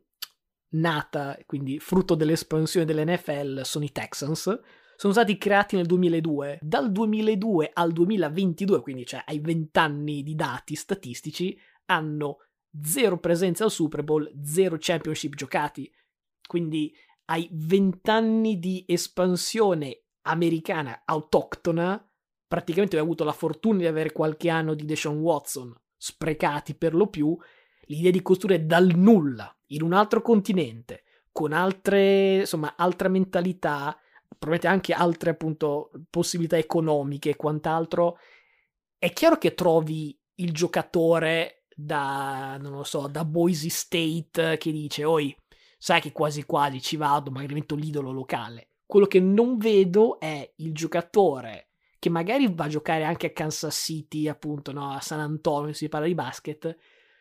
S1: nata, quindi frutto dell'espansione dell'N F L, sono i Texans. Sono stati creati nel duemiladue. Dal duemiladue al duemilaventidue, quindi cioè ai vent'anni di dati statistici, hanno zero presenze al Super Bowl, zero championship giocati. Quindi hai vent'anni di espansione americana autoctona. Praticamente hai avuto la fortuna di avere qualche anno di Deshaun Watson sprecati per lo più. L'idea di costruire dal nulla in un altro continente con altre, insomma, altra mentalità, probabilmente anche altre appunto possibilità economiche e quant'altro. È chiaro che trovi il giocatore da, non lo so, da Boise State che dice oi, sai che quasi quasi ci vado, magari divento l'idolo locale. Quello che non vedo è il giocatore che magari va a giocare anche a Kansas City, appunto, no, a San Antonio, si parla di basket.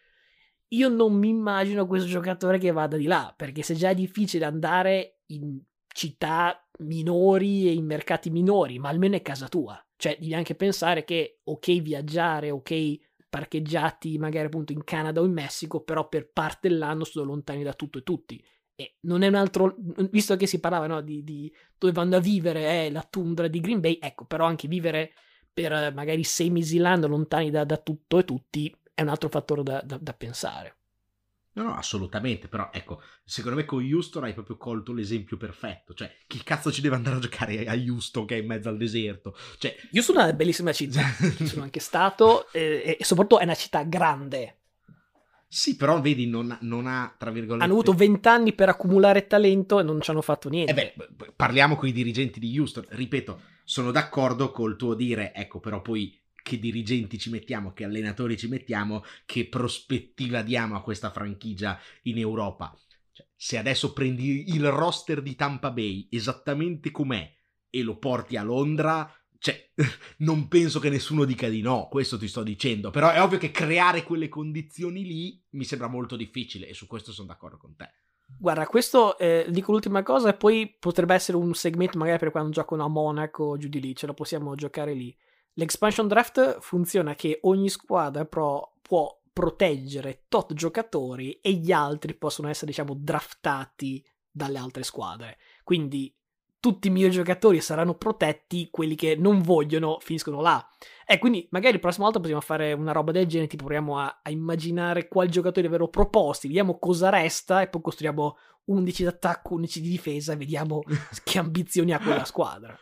S1: Io non mi immagino questo giocatore che vada di là, perché se già è difficile andare in città minori e in mercati minori, ma almeno è casa tua. Cioè, devi anche pensare che, ok, viaggiare, ok, parcheggiati magari appunto in Canada o in Messico, però per parte dell'anno sono lontani da tutto e tutti. E non è un altro, visto che si parlava, no, di, di dove vanno a vivere è la tundra di Green Bay, ecco, però anche vivere per magari sei mesi l'anno lontani da, da tutto e tutti è un altro fattore da, da, da pensare.
S2: No, no, assolutamente, però ecco, secondo me con Houston hai proprio colto l'esempio perfetto, cioè chi cazzo ci deve andare a giocare a Houston che è in mezzo al deserto? Cioè...
S1: Houston è una bellissima città, ci sono anche stato e, e soprattutto è una città grande.
S2: Sì, però vedi, non, non ha, tra virgolette...
S1: Hanno avuto vent'anni per accumulare talento e non ci hanno fatto niente.
S2: Eh beh, parliamo con i dirigenti di Houston, ripeto, sono d'accordo col tuo dire, ecco, però poi che dirigenti ci mettiamo, che allenatori ci mettiamo, che prospettiva diamo a questa franchigia in Europa. Cioè, se adesso prendi il roster di Tampa Bay esattamente com'è e lo porti a Londra, cioè, non penso che nessuno dica di no, questo ti sto dicendo, però è ovvio che creare quelle condizioni lì mi sembra molto difficile e su questo sono d'accordo con te.
S1: Guarda, questo eh, dico l'ultima cosa e poi potrebbe essere un segmento magari per quando giocano a Monaco o giù di lì, ce lo possiamo giocare lì. L'expansion draft funziona che ogni squadra pro può proteggere tot giocatori e gli altri possono essere, diciamo, draftati dalle altre squadre. Quindi tutti i miei giocatori saranno protetti, quelli che non vogliono finiscono là. E quindi magari la prossima volta possiamo fare una roba del genere, tipo proviamo a, a immaginare quali giocatori avevano proposti, vediamo cosa resta e poi costruiamo undici d'attacco, undici di difesa e vediamo che ambizioni ha quella squadra.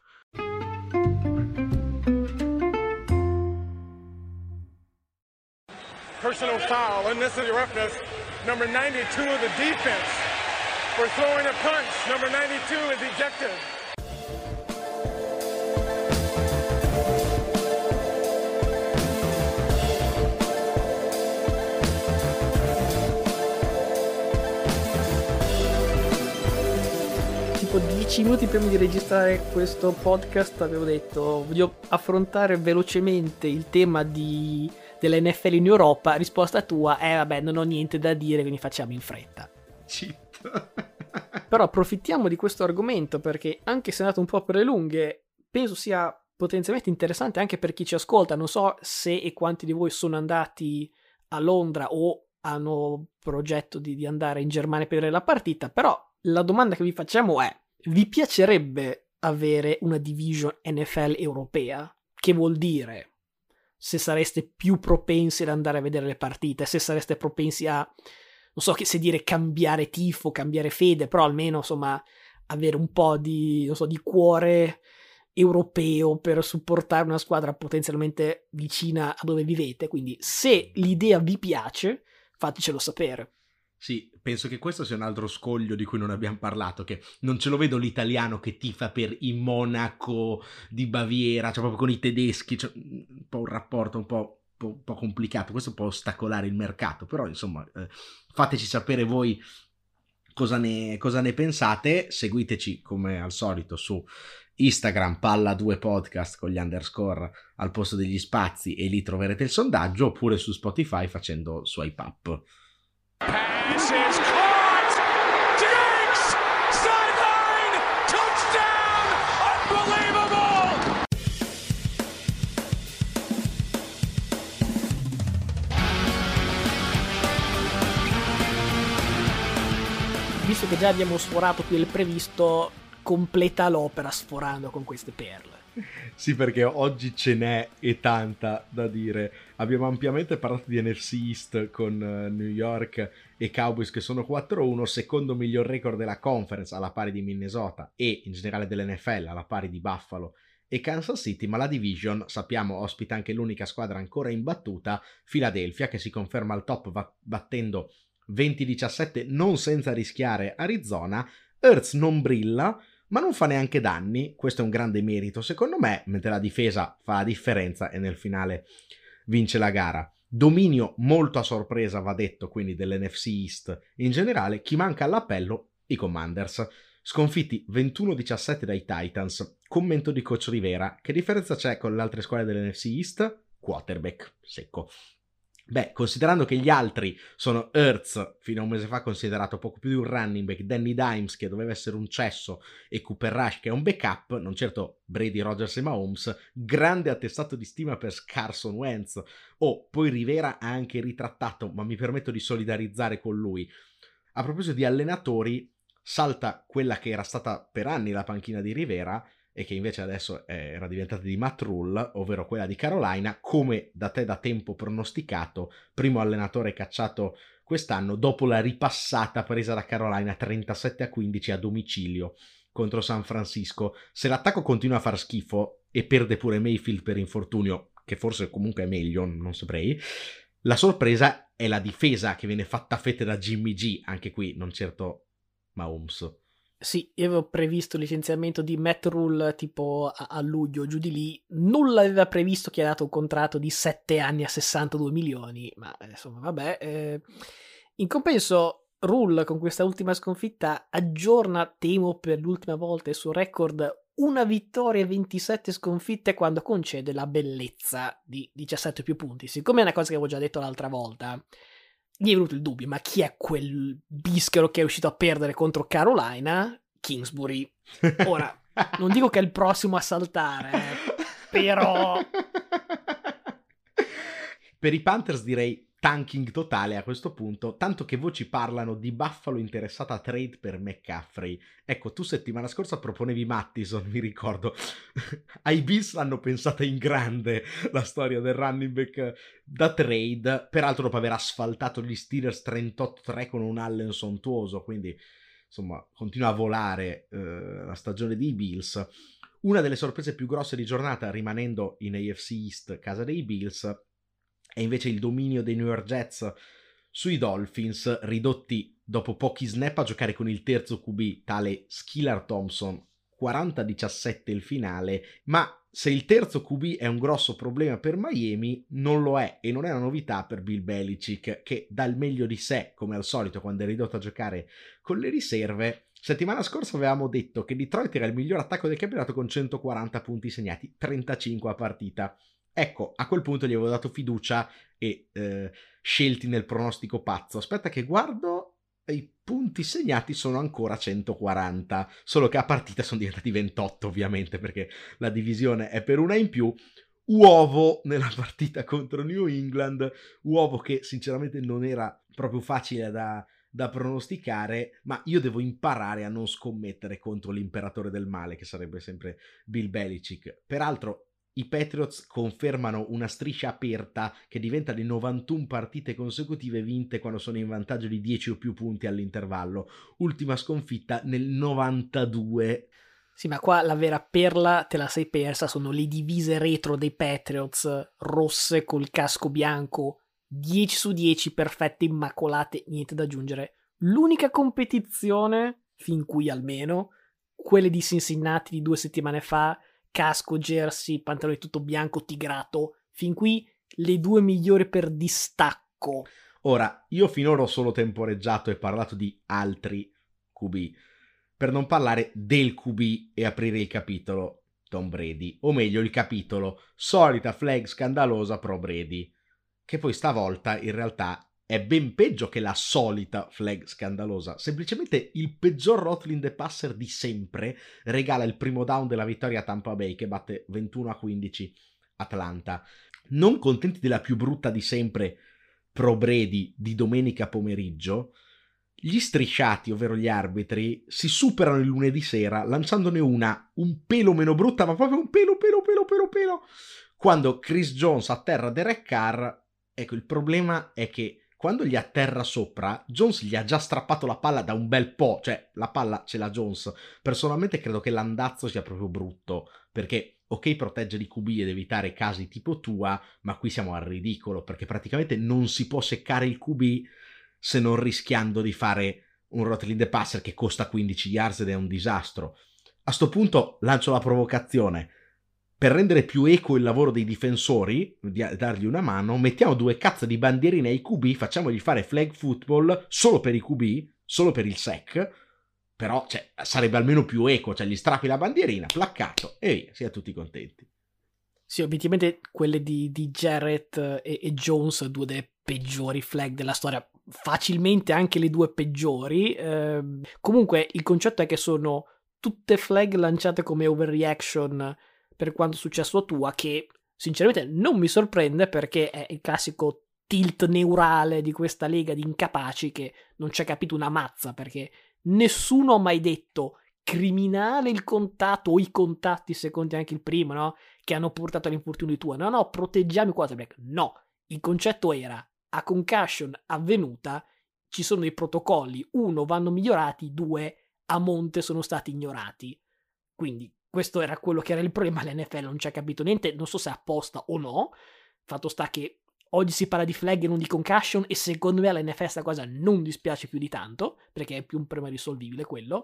S3: Personal foul, unnecessary roughness, number ninety-two of the defense. For throwing a punch, number ninety-two is ejected.
S1: dieci minuti prima di registrare questo podcast avevo detto voglio affrontare velocemente il tema di, dell'N F L in Europa. Risposta tua, eh vabbè, non ho niente da dire, quindi facciamo in fretta.
S2: Cheat.
S1: Però approfittiamo di questo argomento perché, anche se è andato un po' per le lunghe, penso sia potenzialmente interessante anche per chi ci ascolta. Non so se e quanti di voi sono andati a Londra o hanno progetto di, di andare in Germania per vedere la partita, però la domanda che vi facciamo è: vi piacerebbe avere una division N F L europea? Che vuol dire se sareste più propensi ad andare a vedere le partite, se sareste propensi a, non so che se dire cambiare tifo, cambiare fede, però almeno insomma avere un po' di, non so, di cuore europeo per supportare una squadra potenzialmente vicina a dove vivete. Quindi se l'idea vi piace, fatecelo sapere.
S2: Sì, penso che questo sia un altro scoglio di cui non abbiamo parlato, che non ce lo vedo l'italiano che tifa per il Monaco di Baviera, cioè proprio con i tedeschi, cioè un po' un rapporto un po', po', un po' complicato, questo può ostacolare il mercato, però insomma eh, fateci sapere voi cosa ne, cosa ne pensate, seguiteci come al solito su Instagram Palla due Podcast con gli underscore al posto degli spazi e lì troverete il sondaggio, oppure su Spotify facendo swipe up.
S3: Pass is caught. Diggs, sideline, touchdown, unbelievable.
S1: Visto che già abbiamo sforato più del previsto, completa l'opera sforando con queste perle.
S2: Sì, perché oggi ce n'è e tanta da dire. Abbiamo ampiamente parlato di N F C East con uh, New York e Cowboys che sono quattro uno, secondo miglior record della conference alla pari di Minnesota e in generale dell'N F L alla pari di Buffalo e Kansas City, ma la division, sappiamo, ospita anche l'unica squadra ancora imbattuta, Philadelphia, che si conferma al top va- battendo venti diciassette non senza rischiare Arizona. Hurts non brilla, ma non fa neanche danni, questo è un grande merito secondo me, mentre la difesa fa la differenza e nel finale vince la gara. Dominio molto a sorpresa, va detto, quindi dell'N F C East in generale. Chi manca all'appello? I Commanders, sconfitti ventuno diciassette dai Titans. Commento di coach Rivera: che differenza c'è con le altre squadre dell'N F C East? Quarterback secco. Beh, considerando che gli altri sono Hurts, fino a un mese fa considerato poco più di un running back, Danny Dimes che doveva essere un cesso e Cooper Rush che è un backup, non certo Brady, Rodgers e Mahomes, grande attestato di stima per Carson Wentz. Oh, poi Rivera ha anche ritrattato, ma mi permetto di solidarizzare con lui. A proposito di allenatori, salta quella che era stata per anni la panchina di Rivera e che invece adesso era diventata di Matt Rule, ovvero quella di Carolina, come da te da tempo pronosticato, primo allenatore cacciato quest'anno dopo la ripassata presa da Carolina trentasette a quindici a domicilio contro San Francisco. Se l'attacco continua a far schifo e perde pure Mayfield per infortunio, che forse comunque è meglio, non saprei, la sorpresa è la difesa che viene fatta a fette da Jimmy G, anche qui non certo Mahomes.
S1: Sì, io avevo previsto il licenziamento di Matt Rule tipo a, a luglio, giù di lì. Nulla aveva previsto che ha dato un contratto di sette anni a sessantadue milioni, ma insomma vabbè. Eh. In compenso Rule con questa ultima sconfitta aggiorna, temo per l'ultima volta, il suo record una vittoria e ventisette sconfitte quando concede la bellezza di diciassette più punti. Siccome è una cosa che avevo già detto l'altra volta, mi è venuto il dubbio, ma chi è quel bischero che è riuscito a perdere contro Carolina? Kingsbury. Ora, non dico che è il prossimo a saltare, però...
S2: Per i Panthers direi tanking totale a questo punto, tanto che voci parlano di Buffalo interessata a trade per McCaffrey. Ecco, tu settimana scorsa proponevi Mattison, mi ricordo. Ai Bills l'hanno pensata in grande la storia del running back da trade, peraltro dopo aver asfaltato gli Steelers trentotto tre con un Allen sontuoso, quindi insomma continua a volare eh, la stagione dei Bills. Una delle sorprese più grosse di giornata, rimanendo in A F C East, casa dei Bills, è invece il dominio dei New York Jets sui Dolphins, ridotti dopo pochi snap a giocare con il terzo Q B, tale Skylar Thompson, quaranta a diciassette il finale. Ma se il terzo Q B è un grosso problema per Miami, non lo è, e non è una novità per Bill Belichick, che dà il meglio di sé come al solito quando è ridotto a giocare con le riserve. Settimana scorsa avevamo detto che Detroit era il miglior attacco del campionato con centoquaranta punti segnati, trentacinque a partita. Ecco, a quel punto gli avevo dato fiducia e eh, scelti nel pronostico pazzo. Aspetta che guardo, i punti segnati sono ancora centoquaranta, solo che a partita sono diventati ventotto ovviamente, perché la divisione è per una in più. Uovo nella partita contro New England, uovo che sinceramente non era proprio facile da, da pronosticare, ma io devo imparare a non scommettere contro l'imperatore del male, che sarebbe sempre Bill Belichick. Peraltro i Patriots confermano una striscia aperta che diventa di novantuno partite consecutive vinte quando sono in vantaggio di dieci o più punti all'intervallo. Ultima sconfitta nel novantadue.
S1: Sì, ma qua la vera perla te la sei persa, sono le divise retro dei Patriots, rosse col casco bianco, dieci su dieci, perfette, immacolate, niente da aggiungere. L'unica competizione, fin qui almeno, quelle di Cincinnati di due settimane fa, casco, jersey, pantalone tutto bianco, tigrato, fin qui le due migliori per distacco.
S2: Ora, io finora ho solo temporeggiato e parlato di altri Q B, per non parlare del Q B e aprire il capitolo Tom Brady, o meglio il capitolo solita flag scandalosa pro Brady, che poi stavolta in realtà è ben peggio che la solita flag scandalosa. Semplicemente il peggior Rotling the Passer di sempre regala il primo down della vittoria a Tampa Bay, che batte ventuno a quindici Atlanta. Non contenti della più brutta di sempre pro Brady di domenica pomeriggio, gli strisciati, ovvero gli arbitri, si superano il lunedì sera lanciandone una un pelo meno brutta, ma proprio un pelo, pelo, pelo, pelo, pelo, quando Chris Jones atterra Derek Carr. Ecco, il problema è che quando gli atterra sopra, Jones gli ha già strappato la palla da un bel po', cioè la palla ce l'ha Jones. Personalmente credo che l'andazzo sia proprio brutto, perché ok proteggere i Q B ed evitare casi tipo Tua, ma qui siamo al ridicolo, perché praticamente non si può seccare il Q B se non rischiando di fare un Rotling the Passer che costa quindici yards ed è un disastro. A sto punto lancio la provocazione. Per rendere più equo il lavoro dei difensori, di dargli una mano, mettiamo due cazzo di bandierine ai Q B, facciamogli fare flag football solo per i Q B, solo per il sec, però cioè, sarebbe almeno più equo, cioè gli strappi la bandierina, placcato, e via, sia tutti contenti.
S1: Sì, obiettivamente quelle di, di Jarrett e, e Jones, due delle peggiori flag della storia, facilmente anche le due peggiori. Eh, comunque il concetto è che sono tutte flag lanciate come overreaction per quanto è successo a Tua, che sinceramente non mi sorprende, perché è il classico tilt neurale di questa lega di incapaci che non ci ha capito una mazza, perché nessuno ha mai detto criminale il contatto o i contatti, secondo anche il primo, no? Che hanno portato all'infortunio di Tua. No, no, proteggiamo i quarterback. No, il concetto era a concussion avvenuta ci sono dei protocolli, uno vanno migliorati, due a monte sono stati ignorati. Quindi questo era quello che era il problema. L'N F L non ci ha capito niente, non so se apposta o no. Fatto sta che oggi si parla di flag e non di concussion, e secondo me all'N F L sta cosa non dispiace più di tanto, perché è più un problema risolvibile quello.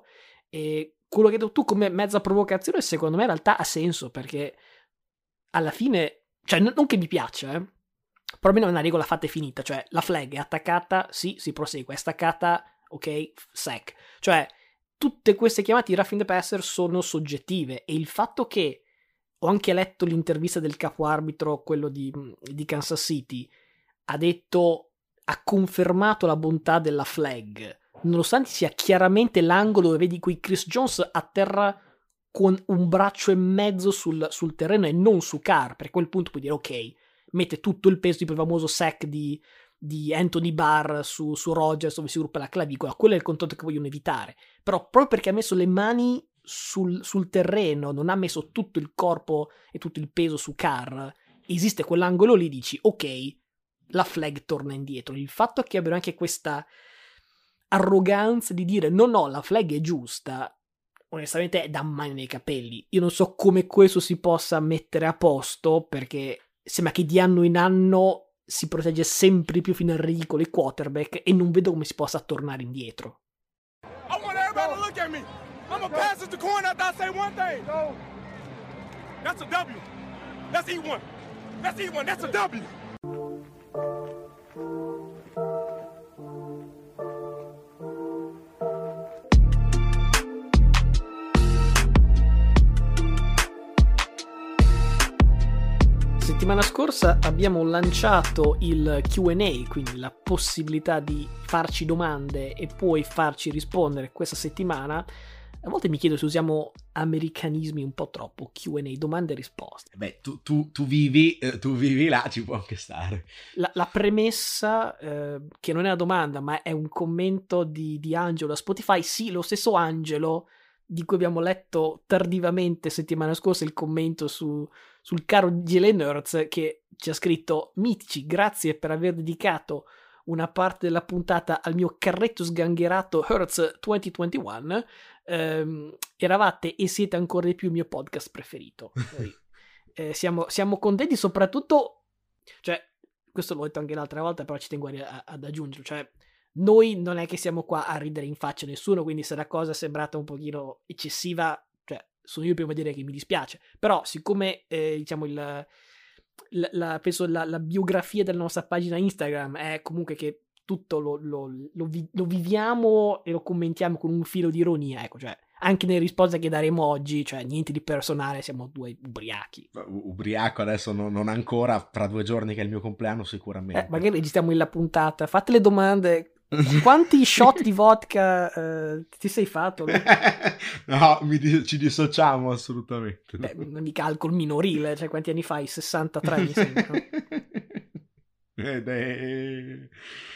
S1: E quello che hai detto tu come mezza provocazione secondo me in realtà ha senso, perché alla fine, cioè non che mi piaccia, eh, però almeno è una regola fatta e finita, cioè la flag è attaccata, sì, si prosegue, è staccata, ok, sec. Cioè tutte queste chiamate di roughing the passer sono soggettive, e il fatto che ho anche letto l'intervista del capo arbitro, quello di, di Kansas City, ha detto, ha confermato la bontà della flag, nonostante sia chiaramente l'angolo dove vedi qui Chris Jones a terra con un braccio e mezzo sul, sul terreno e non su Carr, perché a quel punto puoi dire ok, mette tutto il peso di quel famoso sack di, di Anthony Barr su, su Rodgers dove si gruppa la clavicola, quello è il contatto che vogliono evitare, però proprio perché ha messo le mani sul, sul terreno, non ha messo tutto il corpo e tutto il peso su Carr, esiste quell'angolo lì, dici ok, la flag torna indietro. Il fatto che abbiano anche questa arroganza di dire no no la flag è giusta, onestamente è da mani nei capelli. Io non so come questo si possa mettere a posto, perché sembra che di anno in anno si protegge sempre più fino al ridicolo i quarterback, e non vedo come si possa tornare indietro.
S3: I want everybody to look at me. I'm gonna pass it to corn after I say one thing. That's a W. Let's eat one. Let's eat one. That's a W.
S1: Settimana scorsa abbiamo lanciato il Q and A, quindi la possibilità di farci domande e poi farci rispondere questa settimana. A volte mi chiedo se usiamo americanismi un po' troppo, Q and A, domande e risposte.
S2: Beh, tu, tu, tu, vivi, eh, tu vivi là, ci può anche stare.
S1: La, la premessa, eh, che non è una domanda, ma è un commento di, di Angelo a Spotify. Sì, lo stesso Angelo di cui abbiamo letto tardivamente settimana scorsa il commento su, sul caro Jalen Hurts, che ci ha scritto: mitici, grazie per aver dedicato una parte della puntata al mio carretto sgangherato Hurts duemilaventuno. Um, eravate e siete ancora di più il mio podcast preferito. Noi, eh, siamo, siamo contenti, soprattutto, cioè, questo l'ho detto anche l'altra volta, però ci tengo a, ad aggiungere, cioè, noi non è che siamo qua a ridere in faccia a nessuno, quindi se la cosa è sembrata un pochino eccessiva, cioè, sono io il primo a dire che mi dispiace, però siccome, eh, diciamo, il, la, la, penso la, la biografia della nostra pagina Instagram è comunque che tutto lo, lo, lo, vi, lo viviamo e lo commentiamo con un filo di ironia, ecco, cioè anche nelle risposte che daremo oggi, cioè niente di personale, siamo due ubriachi.
S2: U- ubriaco adesso no, non ancora, fra due giorni che è il mio compleanno sicuramente.
S1: Eh, magari registriamo in la puntata, fate le domande. Quanti shot di vodka eh, ti sei fatto?
S2: No, mi dis- ci dissociamo assolutamente.
S1: Beh, mica alcol minorile, cioè quanti anni fai? sessantatré mi sembra.
S2: Ed è...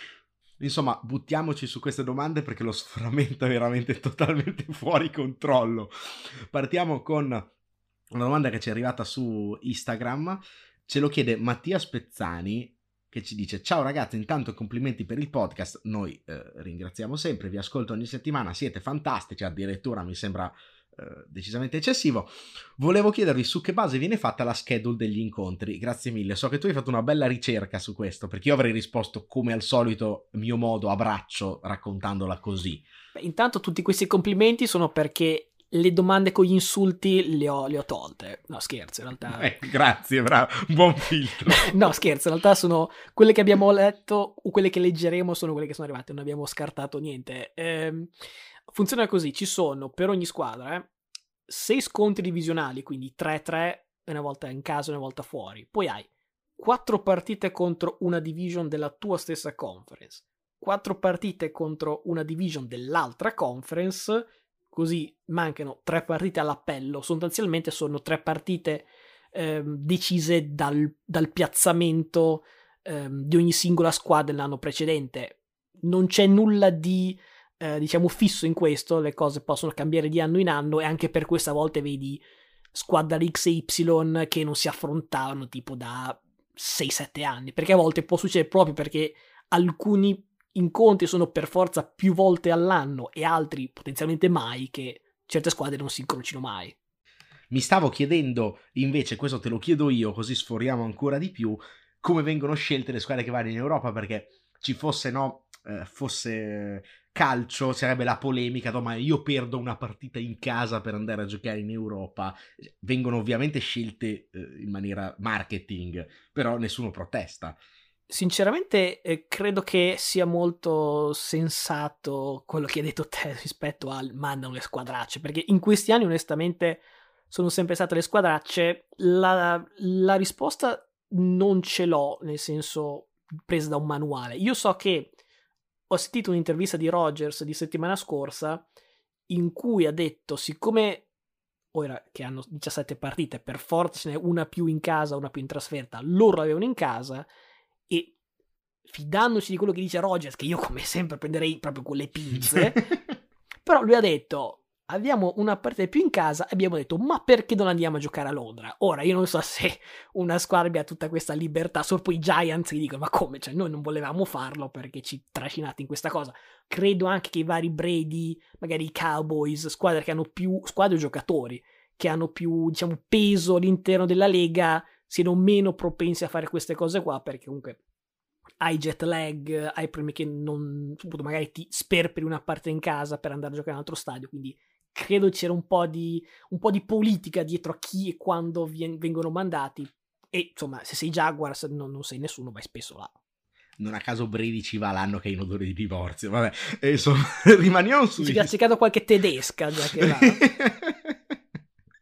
S2: Insomma, buttiamoci su queste domande perché lo sforamento è veramente totalmente fuori controllo. Partiamo con una domanda che ci è arrivata su Instagram. Ce lo chiede Mattia Spezzani, che ci dice: ciao ragazzi, intanto complimenti per il podcast, noi eh, ringraziamo sempre, vi ascolto ogni settimana, siete fantastici, addirittura mi sembra eh, decisamente eccessivo. Volevo chiedervi su che base viene fatta la schedule degli incontri. Grazie mille, so che tu hai fatto una bella ricerca su questo, perché io avrei risposto come al solito mio modo, a braccio, raccontandola così.
S1: Beh, intanto tutti questi complimenti sono perché le domande con gli insulti le ho, le ho tolte. No, scherzo, in realtà.
S2: Eh, grazie, bravo, buon filtro.
S1: No, scherzo, in realtà sono quelle che abbiamo letto o quelle che leggeremo sono quelle che sono arrivate, non abbiamo scartato niente. Ehm, funziona così, ci sono per ogni squadra eh, sei scontri divisionali, quindi tre tre, una volta in casa e una volta fuori. Poi hai quattro partite contro una division della tua stessa conference, quattro partite contro una division dell'altra conference, così mancano tre partite all'appello. Sostanzialmente sono tre partite ehm, decise dal, dal piazzamento ehm, di ogni singola squadra dell'anno precedente. Non c'è nulla di eh, diciamo fisso in questo, le cose possono cambiare di anno in anno, e anche per questa volta vedi squadra X e Y che non si affrontavano tipo da sei sette anni, perché a volte può succedere proprio perché alcuni incontri sono per forza più volte all'anno e altri potenzialmente mai, che certe squadre non si incrocino mai.
S2: Mi stavo chiedendo invece, questo te lo chiedo io così sforiamo ancora di più, come vengono scelte le squadre che vanno in Europa, perché ci fosse no eh, fosse calcio sarebbe la polemica, no, ma io perdo una partita in casa per andare a giocare in Europa. Vengono ovviamente scelte eh, in maniera marketing, però nessuno protesta.
S1: Sinceramente eh, credo che sia molto sensato quello che hai detto te rispetto al mandano le squadracce, perché in questi anni onestamente sono sempre state le squadracce. La, la risposta non ce l'ho, nel senso presa da un manuale. Io so che ho sentito un'intervista di Rodgers di settimana scorsa in cui ha detto, siccome ora che hanno diciassette partite, per forza ce n'è una più in casa, una più in trasferta, loro avevano in casa. E fidandoci di quello che dice Rodgers, che io come sempre prenderei proprio con le pinze, però lui ha detto abbiamo una partita più in casa e abbiamo detto ma perché non andiamo a giocare a Londra? Ora io non so se una squadra abbia tutta questa libertà, solo poi i Giants gli dicono ma come, cioè noi non volevamo farlo perché ci trascinate in questa cosa. Credo anche che i vari Brady, magari i Cowboys, squadre che hanno più squadre o giocatori che hanno più, diciamo, peso all'interno della lega, siano meno propensi a fare queste cose qua, perché comunque hai jet lag, hai problemi che non, magari ti sperperi una parte in casa per andare a giocare in un altro stadio, quindi credo c'era un po' di un po' di politica dietro a chi e quando vien, vengono mandati, e insomma se sei Jaguars non, non sei nessuno, vai spesso là.
S2: Non a caso Brady ci va l'anno che è in odore di divorzio, vabbè, e insomma rimaniamo su...
S1: Ci ha cercato qualche tedesca già che là.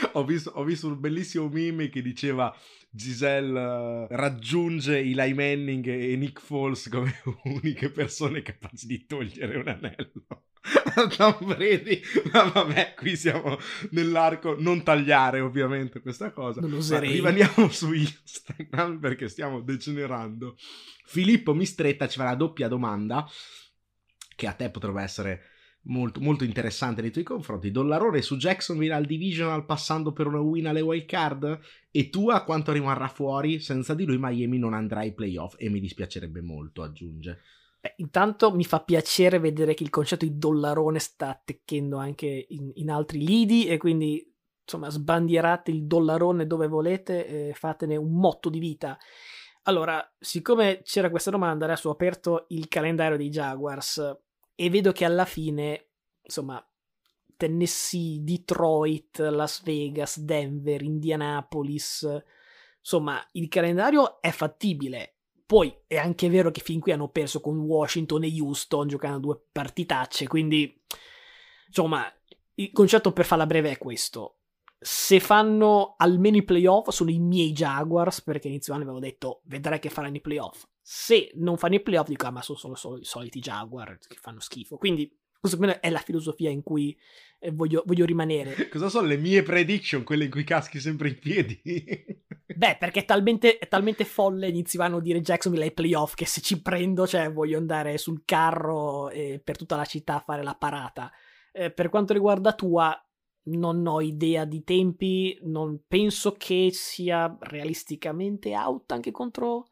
S2: ho, visto, ho visto un bellissimo meme che diceva Giselle uh, raggiunge Eli Manning e Nick Foles come uniche persone capaci di togliere un anello a Tom Brady. Ma vabbè, qui siamo nell'arco, non tagliare ovviamente questa cosa,
S1: non
S2: ma rimaniamo su Instagram perché stiamo degenerando. Filippo Mistretta ci fa la doppia domanda che a te potrebbe essere molto, molto interessante nei tuoi confronti. Dollarone su Jacksonville al divisional passando per una win alle wild card, e tu a quanto rimarrà fuori? Senza di lui Miami non andrà ai playoff e mi dispiacerebbe molto, aggiunge.
S1: Beh, intanto mi fa piacere vedere che il concetto di dollarone sta attecchendo anche in, in altri lidi, e quindi insomma sbandierate il dollarone dove volete e fatene un motto di vita. Allora, siccome c'era questa domanda, adesso ho aperto il calendario dei Jaguars e vedo che alla fine, insomma, Tennessee, Detroit, Las Vegas, Denver, Indianapolis, insomma, il calendario è fattibile. Poi è anche vero che fin qui hanno perso con Washington e Houston, giocando due partitacce, quindi, insomma, il concetto per farla breve è questo. Se fanno almeno i playoff sono i miei Jaguars, perché inizio anno avevo detto vedrai che faranno i playoff. Se non fanno i playoff dico ah ma sono solo, solo i soliti Jaguar che fanno schifo. Quindi questa è la filosofia in cui eh, voglio, voglio rimanere.
S2: Cosa sono le mie prediction, quelle in cui caschi sempre in piedi?
S1: Beh, perché è talmente, è talmente folle inizivano a dire Jacksonville ai playoff che se ci prendo, cioè voglio andare sul carro e per tutta la città a fare la parata. Eh, per quanto riguarda tua, non ho idea di tempi, non penso che sia realisticamente out anche contro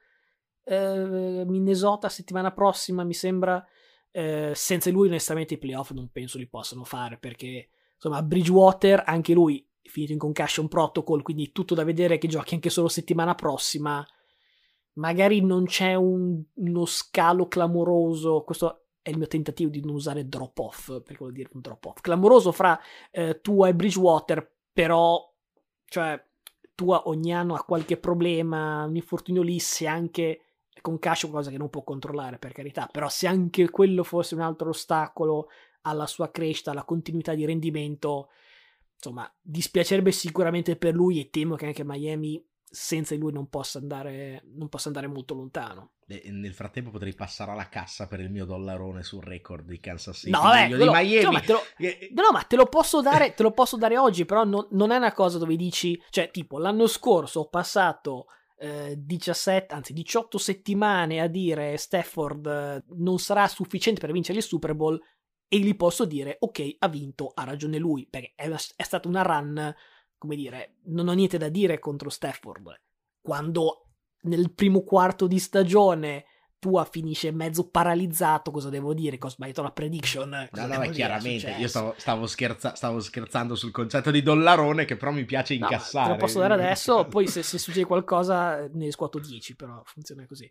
S1: eh, Minnesota settimana prossima, mi sembra. Eh, senza lui onestamente i playoff non penso li possano fare, perché insomma Bridgewater anche lui è finito in concussion protocol, quindi tutto da vedere che giochi anche solo settimana prossima. Magari non c'è un, uno scalo clamoroso, questo è il mio tentativo di non usare drop off, perché vuol dire un drop off clamoroso fra eh, Tua e Bridgewater, però cioè Tua ogni anno ha qualche problema, un infortunio lì, se anche con Cascio, cosa che non può controllare per carità, però se anche quello fosse un altro ostacolo alla sua crescita, alla continuità di rendimento, insomma dispiacerebbe sicuramente per lui, e temo che anche Miami senza di lui non possa andare non possa andare molto lontano.
S2: E nel frattempo potrei passare alla cassa per il mio dollarone sul record di Kansas City.
S1: No, vabbè,
S2: di
S1: lo,
S2: Miami.
S1: Cioè, ma te lo, no, ma te lo posso dare, te lo posso dare oggi, però no, non è una cosa dove dici, cioè tipo l'anno scorso ho passato eh, diciassette, anzi diciotto settimane a dire Stafford eh, non sarà sufficiente per vincere il Super Bowl, e gli posso dire ok, ha vinto, ha ragione lui, perché è, è stata una run, come dire, non ho niente da dire contro Stafford. Quando nel primo quarto di stagione Tua finisce mezzo paralizzato, cosa devo dire? Che ho sbagliato la prediction?
S2: No, no, è chiaramente, io stavo, stavo, scherza, stavo scherzando sul concetto di dollarone, che però mi piace incassare.
S1: No, te lo posso dare adesso, poi se, se succede qualcosa ne scuoto dieci, però funziona così.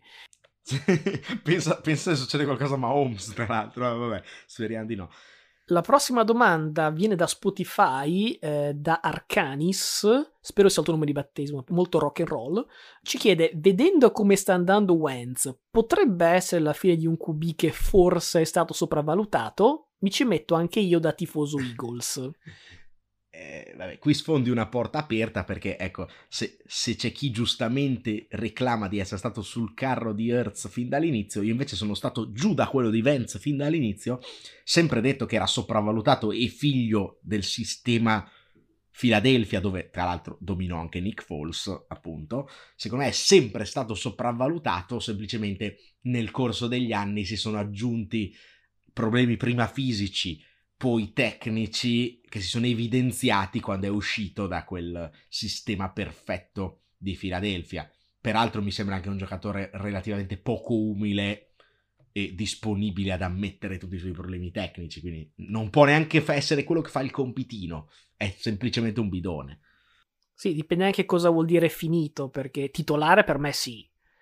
S2: pensa, pensa se succede qualcosa a Mahomes, tra l'altro, vabbè, speriamo di no.
S1: La prossima domanda viene da Spotify, eh, da Arcanis, spero sia il tuo nome di battesimo, molto rock and roll. Ci chiede, vedendo come sta andando Wentz, potrebbe essere la fine di un Q B che forse è stato sopravvalutato? Mi ci metto anche io da tifoso Eagles.
S2: Eh, vabbè, qui sfondi una porta aperta, perché ecco, se, se c'è chi giustamente reclama di essere stato sul carro di Hurts fin dall'inizio, io invece sono stato giù da quello di Wentz fin dall'inizio, sempre detto che era sopravvalutato e figlio del sistema Philadelphia, dove tra l'altro dominò anche Nick Foles, appunto. Secondo me è sempre stato sopravvalutato, semplicemente nel corso degli anni si sono aggiunti problemi prima fisici, poi tecnici, che si sono evidenziati quando è uscito da quel sistema perfetto di Philadelphia. Peraltro mi sembra anche un giocatore relativamente poco umile e disponibile ad ammettere tutti i suoi problemi tecnici, quindi non può neanche essere quello che fa il compitino, è semplicemente un bidone.
S1: Sì, dipende anche cosa vuol dire finito, perché titolare per me sì.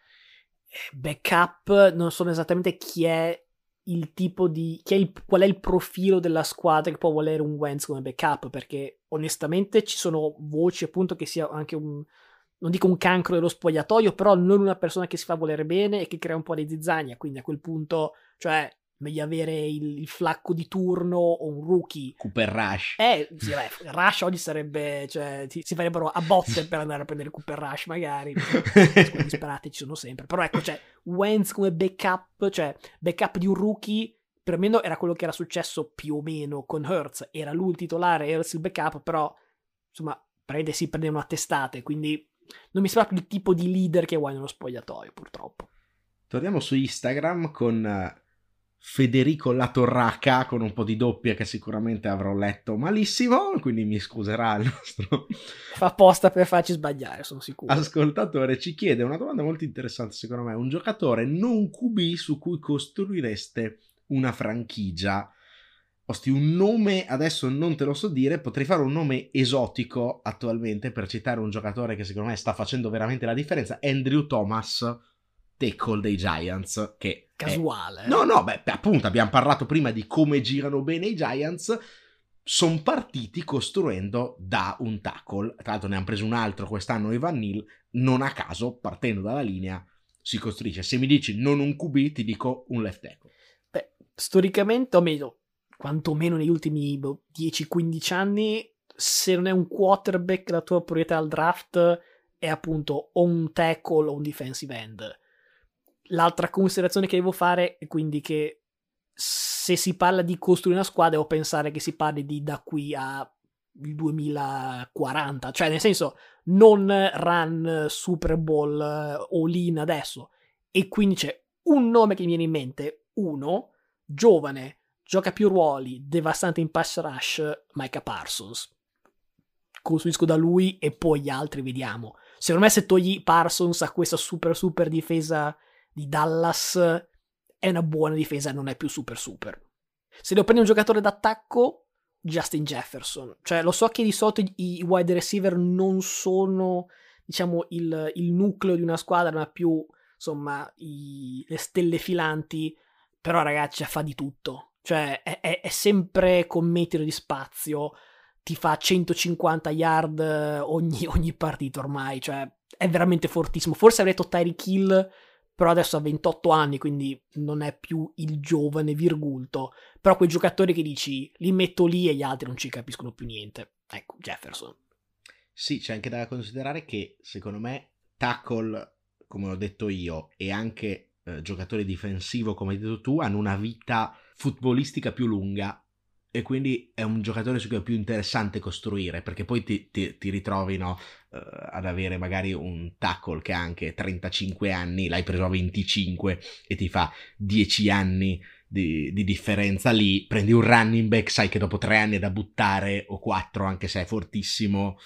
S1: Backup non so esattamente chi è il tipo di chi è il, qual è il profilo della squadra che può volere un Wentz come backup, perché onestamente ci sono voci appunto che sia anche un, non dico un cancro dello spogliatoio, però non una persona che si fa volere bene e che crea un po' di zizzania, quindi a quel punto, cioè meglio avere il, il Flacco di turno o un rookie.
S2: Cooper Rush.
S1: Eh, sì, beh, Rush oggi sarebbe, cioè, si, si farebbero a botte per andare a prendere Cooper Rush, magari. Squadre disperate ci sono sempre. Però ecco, cioè, Wentz come backup, cioè, backup di un rookie, per me era quello che era successo più o meno con Hurts. Era lui il titolare, Hurts il backup, però, insomma, prende si prendevano a testate, quindi non mi sembra più il tipo di leader che vuoi nello spogliatoio, purtroppo.
S2: Torniamo su Instagram con Federico Latorraca, con un po' di doppia che sicuramente avrò letto malissimo, quindi mi scuserà il nostro
S1: fa apposta per farci sbagliare, sono sicuro.
S2: Ascoltatore ci chiede una domanda molto interessante, secondo me: un giocatore non Q B su cui costruireste una franchigia. Osti, un nome adesso non te lo so dire, potrei fare un nome esotico attualmente per citare un giocatore che secondo me sta facendo veramente la differenza: Andrew Thomas, tackle dei Giants, che
S1: casuale.
S2: È... No, no, beh, appunto abbiamo parlato prima di come girano bene i Giants. Sono partiti costruendo da un tackle, tra l'altro ne hanno preso un altro quest'anno, Evan Neal, non a caso, partendo dalla linea, si costruisce. Se mi dici non un Q B, ti dico un left tackle.
S1: Beh, storicamente, o meglio, quantomeno negli ultimi dieci quindici anni, se non è un quarterback la tua priorità al draft è appunto o un tackle o un defensive end. L'altra considerazione che devo fare è quindi che se si parla di costruire una squadra devo pensare che si parli di da qui a il duemilaquaranta, cioè nel senso non run Super Bowl all-in adesso. E quindi c'è un nome che mi viene in mente, uno giovane, gioca più ruoli, devastante in pass rush, Micah Parsons. Costruisco da lui e poi gli altri vediamo. Secondo me se togli Parsons a questa super super difesa di Dallas è una buona difesa, non è più super super. Se devo prendere un giocatore d'attacco, Justin Jefferson. Cioè lo so che di solito i wide receiver non sono, diciamo, il, il nucleo di una squadra, ma più, insomma, i, le stelle filanti, però ragazzi fa di tutto. Cioè è, è, è sempre con metro di spazio, ti fa centocinquanta yard ogni, ogni partita ormai, cioè è veramente fortissimo. Forse avrei detto Tyreek Hill, però adesso ha ventotto anni, quindi non è più il giovane virgulto. Però quei giocatori che dici, li metto lì e gli altri non ci capiscono più niente. Ecco, Jefferson.
S2: Sì, c'è anche da considerare che, secondo me, tackle, come ho detto io, e anche eh, giocatore difensivo, come hai detto tu, hanno una vita futbolistica più lunga. E quindi è un giocatore su cui è più interessante costruire, perché poi ti, ti, ti ritrovi, no, uh, ad avere magari un tackle che ha anche trentacinque anni, l'hai preso a venticinque e ti fa dieci anni di, di differenza lì. Prendi un running back, sai che dopo tre anni è da buttare, o quattro, anche se è fortissimo.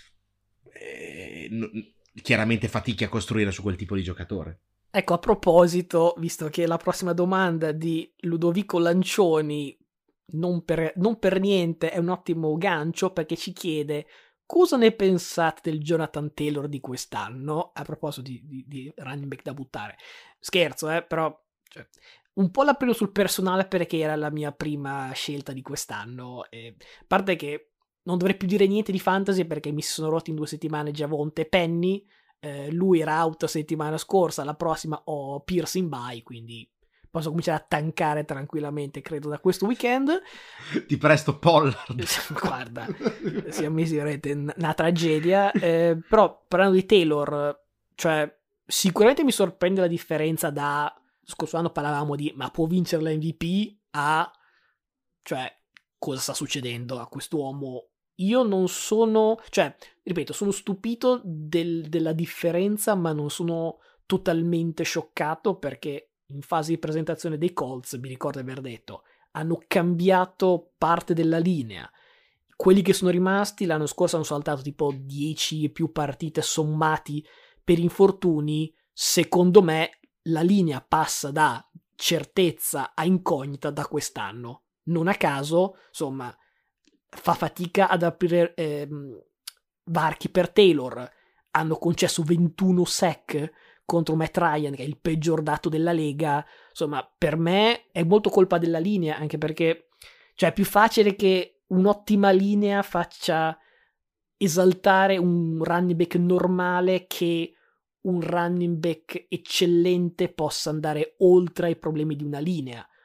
S2: Eh, no, chiaramente fatichi a costruire su quel tipo di giocatore.
S1: Ecco, a proposito, visto che la prossima domanda di Ludovico Lancioni Non per, non per niente è un ottimo gancio, perché ci chiede cosa ne pensate del Jonathan Taylor di quest'anno, a proposito di, di, di running back da buttare. Scherzo, eh, però cioè, un po' la prendo sul personale perché era la mia prima scelta di quest'anno. E, a parte che non dovrei più dire niente di fantasy perché mi si sono rotti in due settimane Giavonte e Penny, eh, lui era out settimana scorsa, la prossima ho Pierce in bye, quindi posso cominciare a tankare tranquillamente, credo, da questo weekend.
S2: Ti presto Pollard.
S1: Guarda, siamo messi veramente una tragedia. Eh, però parlando di Taylor, cioè sicuramente mi sorprende la differenza da scorso anno parlavamo di ma può vincere la M V P a cioè cosa sta succedendo a quest'uomo. Io non sono, cioè ripeto, sono stupito del, della differenza, ma non sono totalmente scioccato perché in fase di presentazione dei Colts, mi ricordo di aver detto, hanno cambiato parte della linea. Quelli che sono rimasti l'anno scorso hanno saltato tipo dieci e più partite sommati per infortuni. Secondo me la linea passa da certezza a incognita da quest'anno. Non a caso, insomma, fa fatica ad aprire ehm, varchi per Taylor. Hanno concesso ventuno sack contro Matt Ryan, che è il peggior dato della Lega. Insomma, per me è molto colpa della linea, anche perché cioè è più facile che un'ottima linea faccia esaltare un running back normale che un running back eccellente possa andare oltre ai problemi di una linea.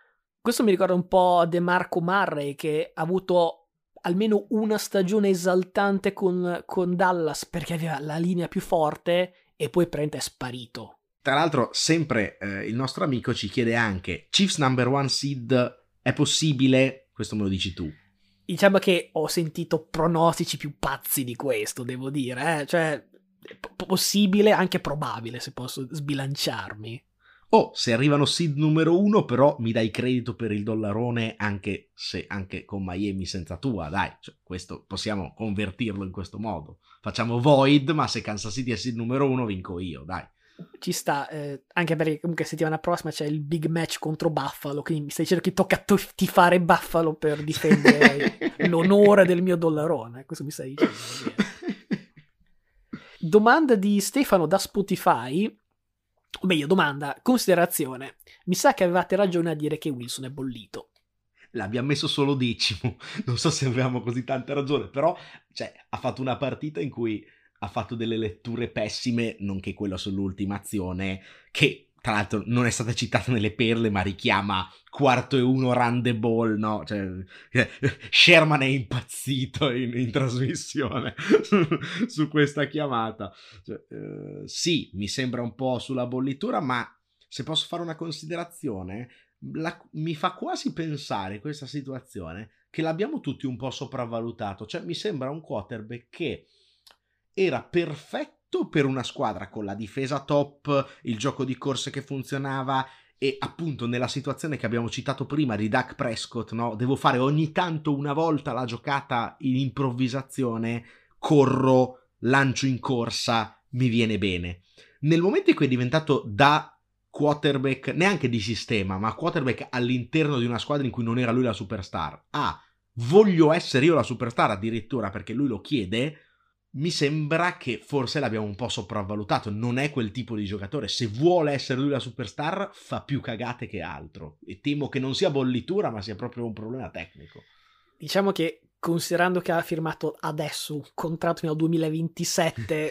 S1: Questo mi ricorda un po' DeMarco Murray, che ha avuto almeno una stagione esaltante con, con Dallas perché aveva la linea più forte e poi praticamente è sparito.
S2: Tra l'altro sempre eh, il nostro amico ci chiede anche: Chiefs number one seed è possibile? Questo me lo dici tu.
S1: Diciamo che ho sentito pronostici più pazzi di questo, devo dire, eh? Cioè p- possibile, anche probabile, se posso sbilanciarmi.
S2: Oh, se arrivano seed numero uno, però mi dai credito per il dollarone, anche se anche con Miami senza Tua, dai, cioè, questo possiamo convertirlo in questo modo. Facciamo void, ma se Kansas City è seed numero uno vinco io, dai.
S1: Ci sta, eh, anche perché comunque settimana prossima c'è il big match contro Buffalo, quindi mi stai dicendo che tocca to- tifare Buffalo per difendere l'onore del mio dollarone, questo mi stai dicendo. Domanda di Stefano da Spotify, o meglio domanda, considerazione, mi sa che avevate ragione a dire che Wilson è bollito.
S2: L'abbiamo messo solo decimo, non so se avevamo così tanta ragione, però cioè, ha fatto una partita in cui ha fatto delle letture pessime, nonché quella sull'ultima azione, che tra l'altro non è stata citata nelle perle, ma richiama quarto e uno run the ball, no? Cioè, Sherman è impazzito in, in trasmissione su, su questa chiamata. Cioè, eh, sì, mi sembra un po' sulla bollitura, ma se posso fare una considerazione, la, mi fa quasi pensare questa situazione che l'abbiamo tutti un po' sopravvalutato. Cioè, mi sembra un quarterback che era perfetto per una squadra con la difesa top, il gioco di corse che funzionava e appunto nella situazione che abbiamo citato prima di Dak Prescott, no? Devo fare ogni tanto una volta la giocata in improvvisazione, corro, lancio in corsa, mi viene bene. Nel momento in cui è diventato da quarterback, neanche di sistema, ma quarterback all'interno di una squadra in cui non era lui la superstar, ah, voglio essere io la superstar addirittura perché lui lo chiede, mi sembra che forse l'abbiamo un po' sopravvalutato. Non è quel tipo di giocatore. Se vuole essere lui la superstar, fa più cagate che altro. E temo che non sia bollitura, ma sia proprio un problema tecnico.
S1: Diciamo che, considerando che ha firmato adesso un contratto fino al duemilaventisette,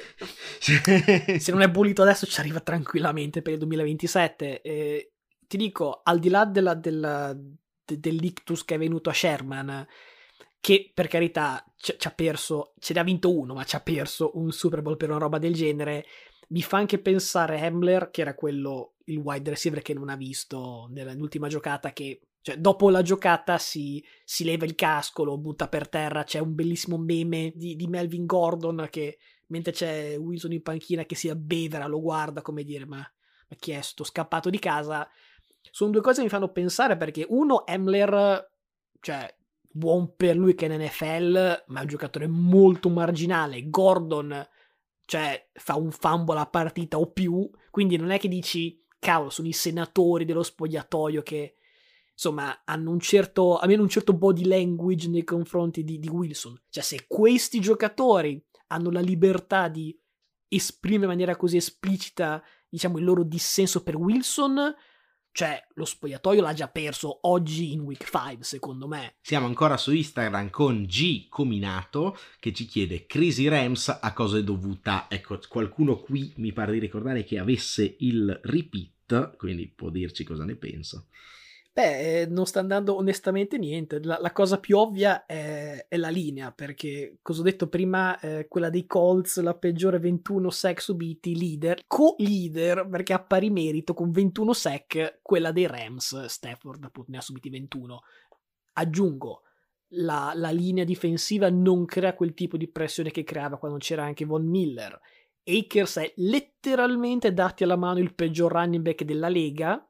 S1: se non è bollito adesso ci arriva tranquillamente per il duemilaventisette. E ti dico, al di là della, della, de, dell'ictus che è venuto a Sherman, che per carità ci ha perso, ce ne ha vinto uno, ma ci ha perso un Super Bowl per una roba del genere, mi fa anche pensare Hamler, che era quello, il wide receiver che non ha visto nell'ultima giocata, che cioè, dopo la giocata si, si leva il casco, lo butta per terra, c'è un bellissimo meme di, di Melvin Gordon che mentre c'è Wilson in panchina che si abbevera, lo guarda come dire ma, ma chi è sto scappato di casa. Sono due cose che mi fanno pensare, perché uno, Hamler, cioè buon per lui che è in N F L, ma è un giocatore molto marginale. Gordon, cioè, fa un fumble a partita o più, quindi non è che dici, cavolo, sono i senatori dello spogliatoio che, insomma, hanno un certo, almeno un certo body language nei confronti di, di Wilson. Cioè, se questi giocatori hanno la libertà di esprimere in maniera così esplicita, diciamo, il loro dissenso per Wilson, cioè, lo spogliatoio l'ha già perso oggi in week cinque, secondo me.
S2: Siamo ancora su Instagram con G Cominato che ci chiede: crisi Rams a cosa è dovuta? Ecco, qualcuno qui mi pare di ricordare che avesse il repeat, quindi può dirci cosa ne pensa.
S1: Beh, non sta andando onestamente niente. La, la cosa più ovvia è, è la linea, perché, cosa ho detto prima, eh, quella dei Colts, la peggiore ventuno sack subiti, leader, co-leader, perché ha pari merito con ventuno sack, quella dei Rams, Stafford appunto ne ha subiti ventuno. Aggiungo, la, la linea difensiva non crea quel tipo di pressione che creava quando c'era anche Von Miller. Akers è letteralmente, dati alla mano, il peggior running back della Lega.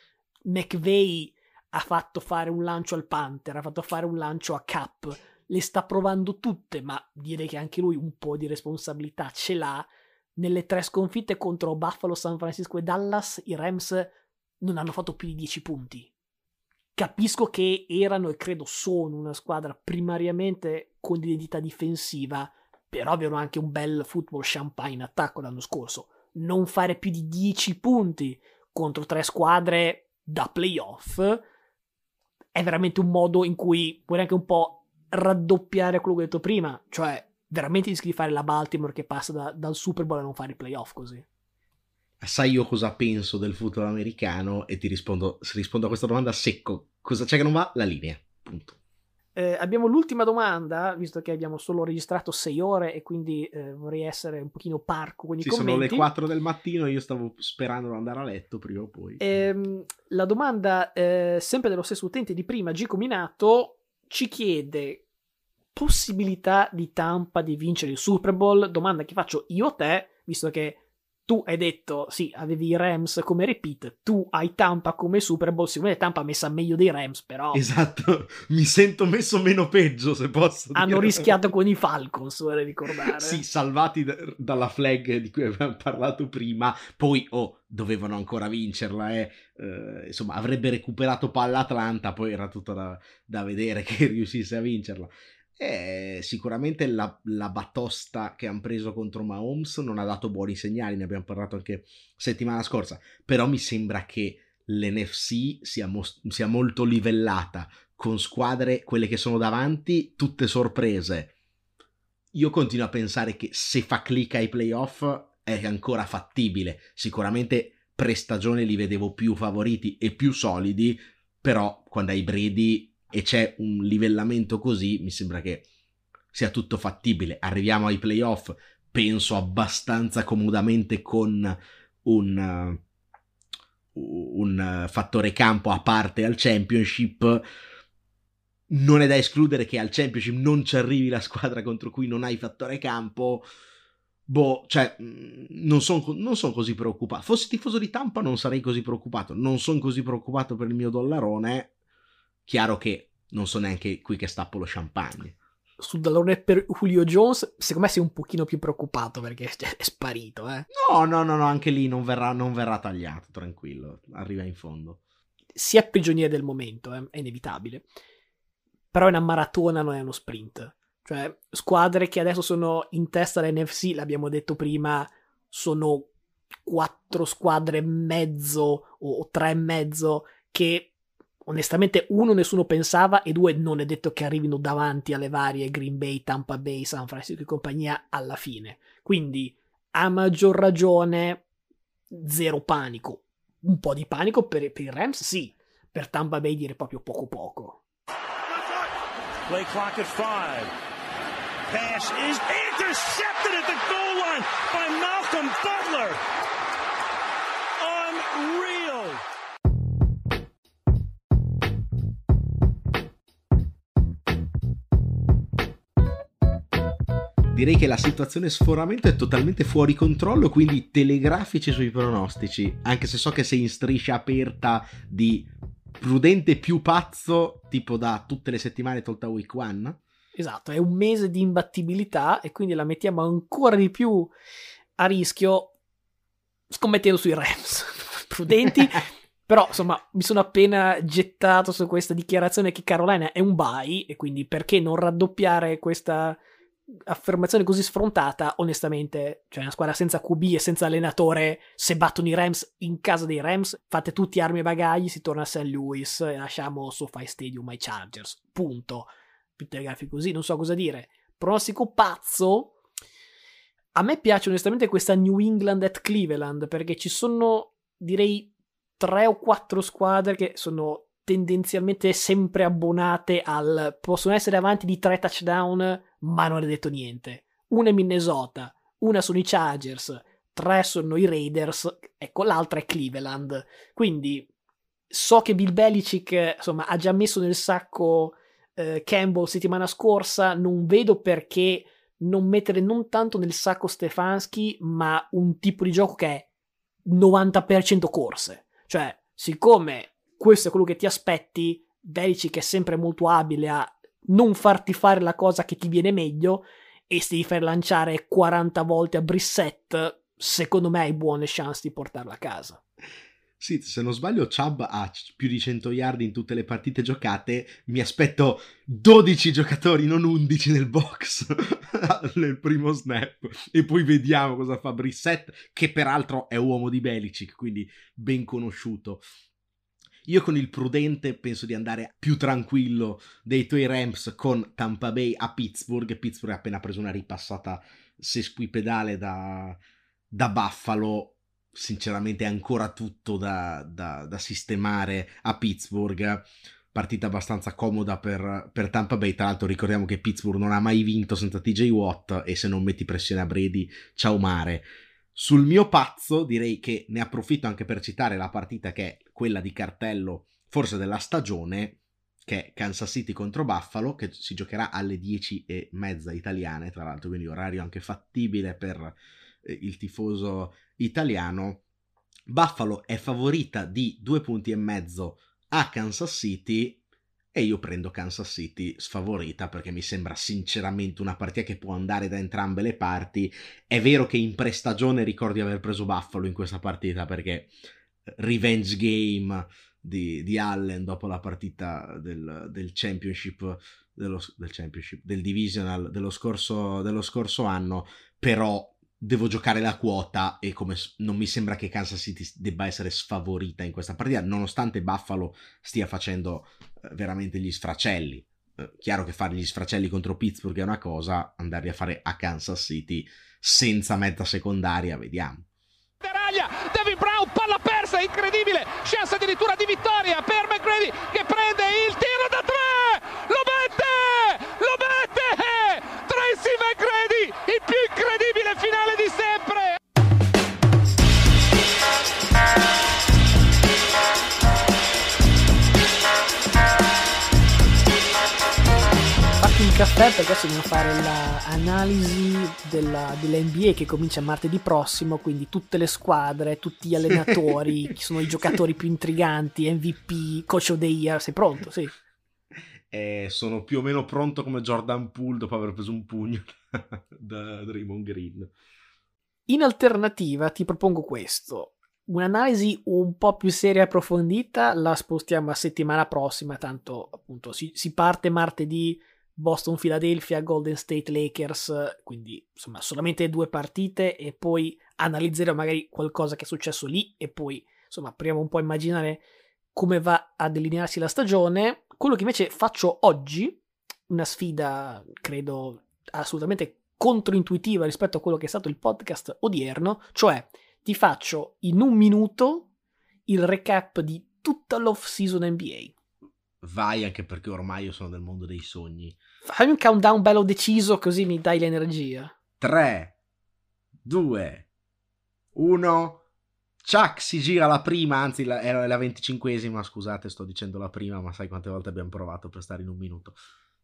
S1: McVay ha fatto fare un lancio al Panther, ha fatto fare un lancio a Cap, le sta provando tutte, ma direi che anche lui un po' di responsabilità ce l'ha. Nelle tre sconfitte contro Buffalo, San Francisco e Dallas, i Rams non hanno fatto più di dieci punti. Capisco che erano e credo sono una squadra primariamente con identità difensiva, però avevano anche un bel football champagne in attacco l'anno scorso. Non fare più di dieci punti contro tre squadre da playoff è veramente un modo in cui puoi anche un po' raddoppiare quello che ho detto prima, cioè veramente rischi di fare la Baltimore che passa da, dal Super Bowl a non fare i playoff così.
S2: sai io cosa penso del football americano e ti rispondo, se rispondo a questa domanda secco, cosa c'è che non va? La linea, punto.
S1: Eh, abbiamo l'ultima domanda, visto che abbiamo solo registrato sei ore e quindi eh, vorrei essere un pochino parco con i
S2: sì,
S1: commenti.
S2: Sono le quattro del mattino, io stavo sperando di andare a letto prima o poi.
S1: Eh, la domanda, eh, sempre dello stesso utente di prima, Gico Minato, ci chiede possibilità di Tampa di vincere il Super Bowl, domanda che faccio io a te, visto che tu hai detto, sì, avevi i Rams come repeat, tu hai Tampa come Super Bowl, sicuramente Tampa ha messa meglio dei Rams, però...
S2: Esatto, mi sento messo meno peggio, se posso
S1: Hanno
S2: dire.
S1: rischiato con i Falcons, vorrei ricordare.
S2: Sì, salvati d- dalla flag di cui abbiamo parlato prima, poi, oh, dovevano ancora vincerla, eh. Eh, insomma, avrebbe recuperato palla Atlanta, poi era tutto da, da vedere che riuscisse a vincerla. E sicuramente la, la batosta che hanno preso contro Mahomes non ha dato buoni segnali, ne abbiamo parlato anche settimana scorsa, però mi sembra che l'N F C sia, mo- sia molto livellata, con squadre, quelle che sono davanti, tutte sorprese. Io continuo a pensare che se fa click ai playoff è ancora fattibile, sicuramente pre-stagione li vedevo più favoriti e più solidi, però quando hai Brady e c'è un livellamento così, mi sembra che sia tutto fattibile. Arriviamo ai playoff, penso abbastanza comodamente con un, uh, un fattore campo a parte al championship. Non è da escludere che al championship non ci arrivi la squadra contro cui non hai fattore campo. Boh, cioè, non sono non son così preoccupato. Fossi tifoso di Tampa non sarei così preoccupato. Non sono così preoccupato per il mio dollarone. Chiaro che non so neanche qui che stappo lo champagne.
S1: Sul dollarone per Julio Jones, secondo me sei un pochino più preoccupato perché è sparito, eh.
S2: No, no, no, no, anche lì non verrà, non verrà tagliato, tranquillo. Arriva in fondo.
S1: Si è prigioniere del momento, eh, è inevitabile. Però è una maratona, non è uno sprint. Cioè, squadre che adesso sono in testa all'N F C, l'abbiamo detto prima, sono quattro squadre e mezzo o tre e mezzo che onestamente uno nessuno pensava e due non è detto che arrivino davanti alle varie Green Bay, Tampa Bay, San Francisco e compagnia alla fine. Quindi, a maggior ragione, zero panico. Un po' di panico per, per i Rams, sì. Per Tampa Bay dire proprio poco poco.
S4: Play clock at five. Pass is intercepted at the goal line by Malcolm Butler. Unreal.
S2: Direi che la situazione sforamento è totalmente fuori controllo, quindi telegrafici sui pronostici, anche se so che sei in striscia aperta di prudente più pazzo, tipo da tutte le settimane tolta week one.
S1: Esatto, è un mese di imbattibilità e quindi la mettiamo ancora di più a rischio scommettendo sui Rams. Prudenti, però insomma mi sono appena gettato su questa dichiarazione che Carolina è un bye e quindi perché non raddoppiare questa affermazione così sfrontata. Onestamente, cioè una squadra senza Q B e senza allenatore, se battono i Rams in casa dei Rams, fate tutti armi e bagagli, si torna a Saint Louis e lasciamo SoFi Stadium ai Chargers, punto. Più telegrafi così, non so cosa dire. Pronostico pazzo, a me piace onestamente questa New England at Cleveland, perché ci sono direi tre o quattro squadre che sono tendenzialmente sempre abbonate al possono essere avanti di tre touchdown ma non è detto niente. Una è Minnesota, una sono i Chargers, tre sono i Raiders, ecco l'altra è Cleveland. Quindi so che Bill Belichick insomma ha già messo nel sacco eh, Campbell settimana scorsa, non vedo perché non mettere non tanto nel sacco Stefanski ma un tipo di gioco che è novanta per cento corse, cioè siccome questo è quello che ti aspetti, Belichick è sempre molto abile a non farti fare la cosa che ti viene meglio e se devi far lanciare quaranta volte a Brissett, secondo me hai buone chance di portarla a casa.
S2: Sì, se non sbaglio Chubb ha più di cento yard in tutte le partite giocate, mi aspetto dodici giocatori, non undici nel box nel primo snap e poi vediamo cosa fa Brissett, che peraltro è uomo di Belichick, quindi ben conosciuto. Io con il prudente penso di andare più tranquillo dei tuoi Rams con Tampa Bay a Pittsburgh. Pittsburgh ha appena preso una ripassata sesquipedale da, da Buffalo. sinceramente è ancora tutto da, da, da sistemare a Pittsburgh. Partita abbastanza comoda per, per Tampa Bay. Tra l'altro ricordiamo che Pittsburgh non ha mai vinto senza T J Watt, e se non metti pressione a Brady, ciao mare. Sul mio pazzo direi che ne approfitto anche per citare la partita che è quella di cartello forse della stagione, che è Kansas City contro Buffalo, che si giocherà alle dieci e mezza italiane, tra l'altro, quindi orario anche fattibile per eh, il tifoso italiano. Buffalo è favorita di due punti e mezzo a Kansas City, e io prendo Kansas City sfavorita perché mi sembra sinceramente una partita che può andare da entrambe le parti. È vero che in prestagione ricordi aver preso Buffalo in questa partita, perché revenge game di, di Allen dopo la partita del, del championship dello, del championship del divisional dello scorso, dello scorso anno, però devo giocare la quota e come non mi sembra che Kansas City debba essere sfavorita in questa partita, nonostante Buffalo stia facendo eh, veramente gli sfracelli. Eh, chiaro che fare gli sfracelli contro Pittsburgh è una cosa, andarli a fare a Kansas City senza mezza secondaria, vediamo.
S5: Devin Brown, palla persa, incredibile, chance addirittura di vittoria per McGrady che prende il tiro da tre, lo mette, lo mette, Tracy McGrady, il più incredibile finale di sempre.
S1: Fatti un caffè perché adesso dobbiamo fare l'analisi della, dell'N B A che comincia martedì prossimo, quindi tutte le squadre, tutti gli allenatori, chi sono i giocatori più intriganti, M V P, Coach of the Year. Sei pronto? Sì.
S2: Eh, sono più o meno pronto come Jordan Poole dopo aver preso un pugno da Draymond Green.
S1: In alternativa ti propongo questo: un'analisi un po' più seria e approfondita la spostiamo a settimana prossima, tanto appunto si, si parte martedì, Boston Philadelphia, Golden State Lakers, quindi insomma solamente due partite, e poi analizzeremo magari qualcosa che è successo lì, e poi insomma proviamo un po' a immaginare come va a delinearsi la stagione. Quello che invece faccio oggi, una sfida credo assolutamente controintuitiva rispetto a quello che è stato il podcast odierno, cioè ti faccio in un minuto il recap di tutta l'off season N B A.
S2: Vai, anche perché ormai io sono del mondo dei sogni.
S1: Fammi un countdown bello deciso, così mi dai l'energia.
S2: tre, due, uno. Chuck si gira la prima, anzi la, è la venticinquesima, scusate, sto dicendo la prima, ma sai quante volte abbiamo provato per stare in un minuto.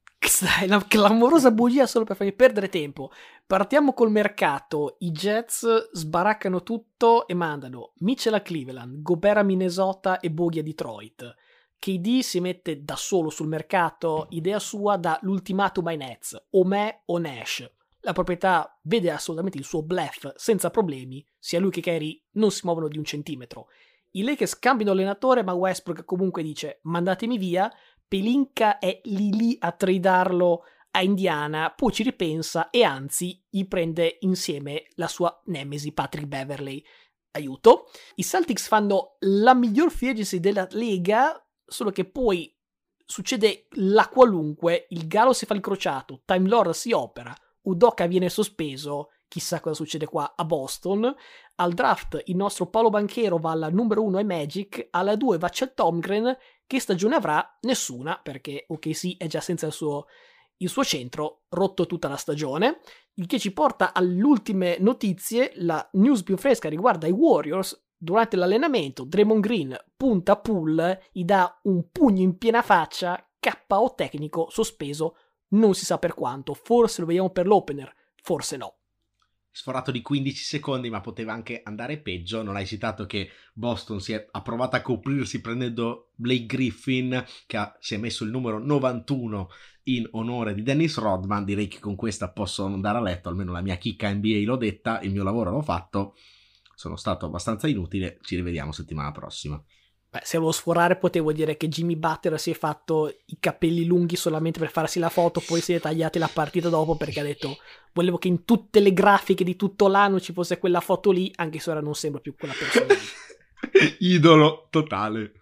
S1: È una clamorosa bugia solo per farmi perdere tempo. Partiamo col mercato. I Jets sbaraccano tutto e mandano Mitchell a Cleveland, Gobert a Minnesota e Bogey a Detroit. K D si mette da solo sul mercato, idea sua da l'ultimatum ai Nets, o me o Nash. La proprietà vede assolutamente il suo bluff senza problemi, sia lui che Kyrie non si muovono di un centimetro. I Lakers cambiano allenatore, ma Westbrook comunque dice mandatemi via. Pelinka è lì lì a tradarlo a Indiana, poi ci ripensa e anzi gli prende insieme la sua nemesi Patrick Beverley. Aiuto. I Celtics fanno la miglior free agency della Lega, solo che poi succede la qualunque, il Galo si fa il crociato, Time Lord si opera, Udoka viene sospeso, chissà cosa succede qua a Boston. Al draft il nostro Paolo Banchero va alla numero uno ai Magic, alla due va Chet Holmgren. Che stagione avrà? Nessuna, perché O K C è già senza il suo, il suo centro, rotto tutta la stagione, il che ci porta alle ultime notizie. La news più fresca riguarda i Warriors. Durante l'allenamento Draymond Green punta Poole, gli dà un pugno in piena faccia, K O tecnico, sospeso, non si sa per quanto, forse lo vediamo per l'opener, forse no.
S2: Sforato di quindici secondi, ma poteva anche andare peggio. Non hai citato che Boston si è, ha provato a coprirsi prendendo Blake Griffin, che ha, si è messo il numero novantuno in onore di Dennis Rodman. Direi che con questa posso andare a letto, almeno la mia chicca N B A l'ho detta, il mio lavoro l'ho fatto, sono stato abbastanza inutile, ci rivediamo settimana prossima.
S1: Beh, se volevo sforare potevo dire che Jimmy Butler si è fatto i capelli lunghi solamente per farsi la foto, poi si è tagliati la partita dopo perché ha detto volevo che in tutte le grafiche di tutto l'anno ci fosse quella foto lì, anche se ora non sembra più quella persona lì.
S2: Idolo totale.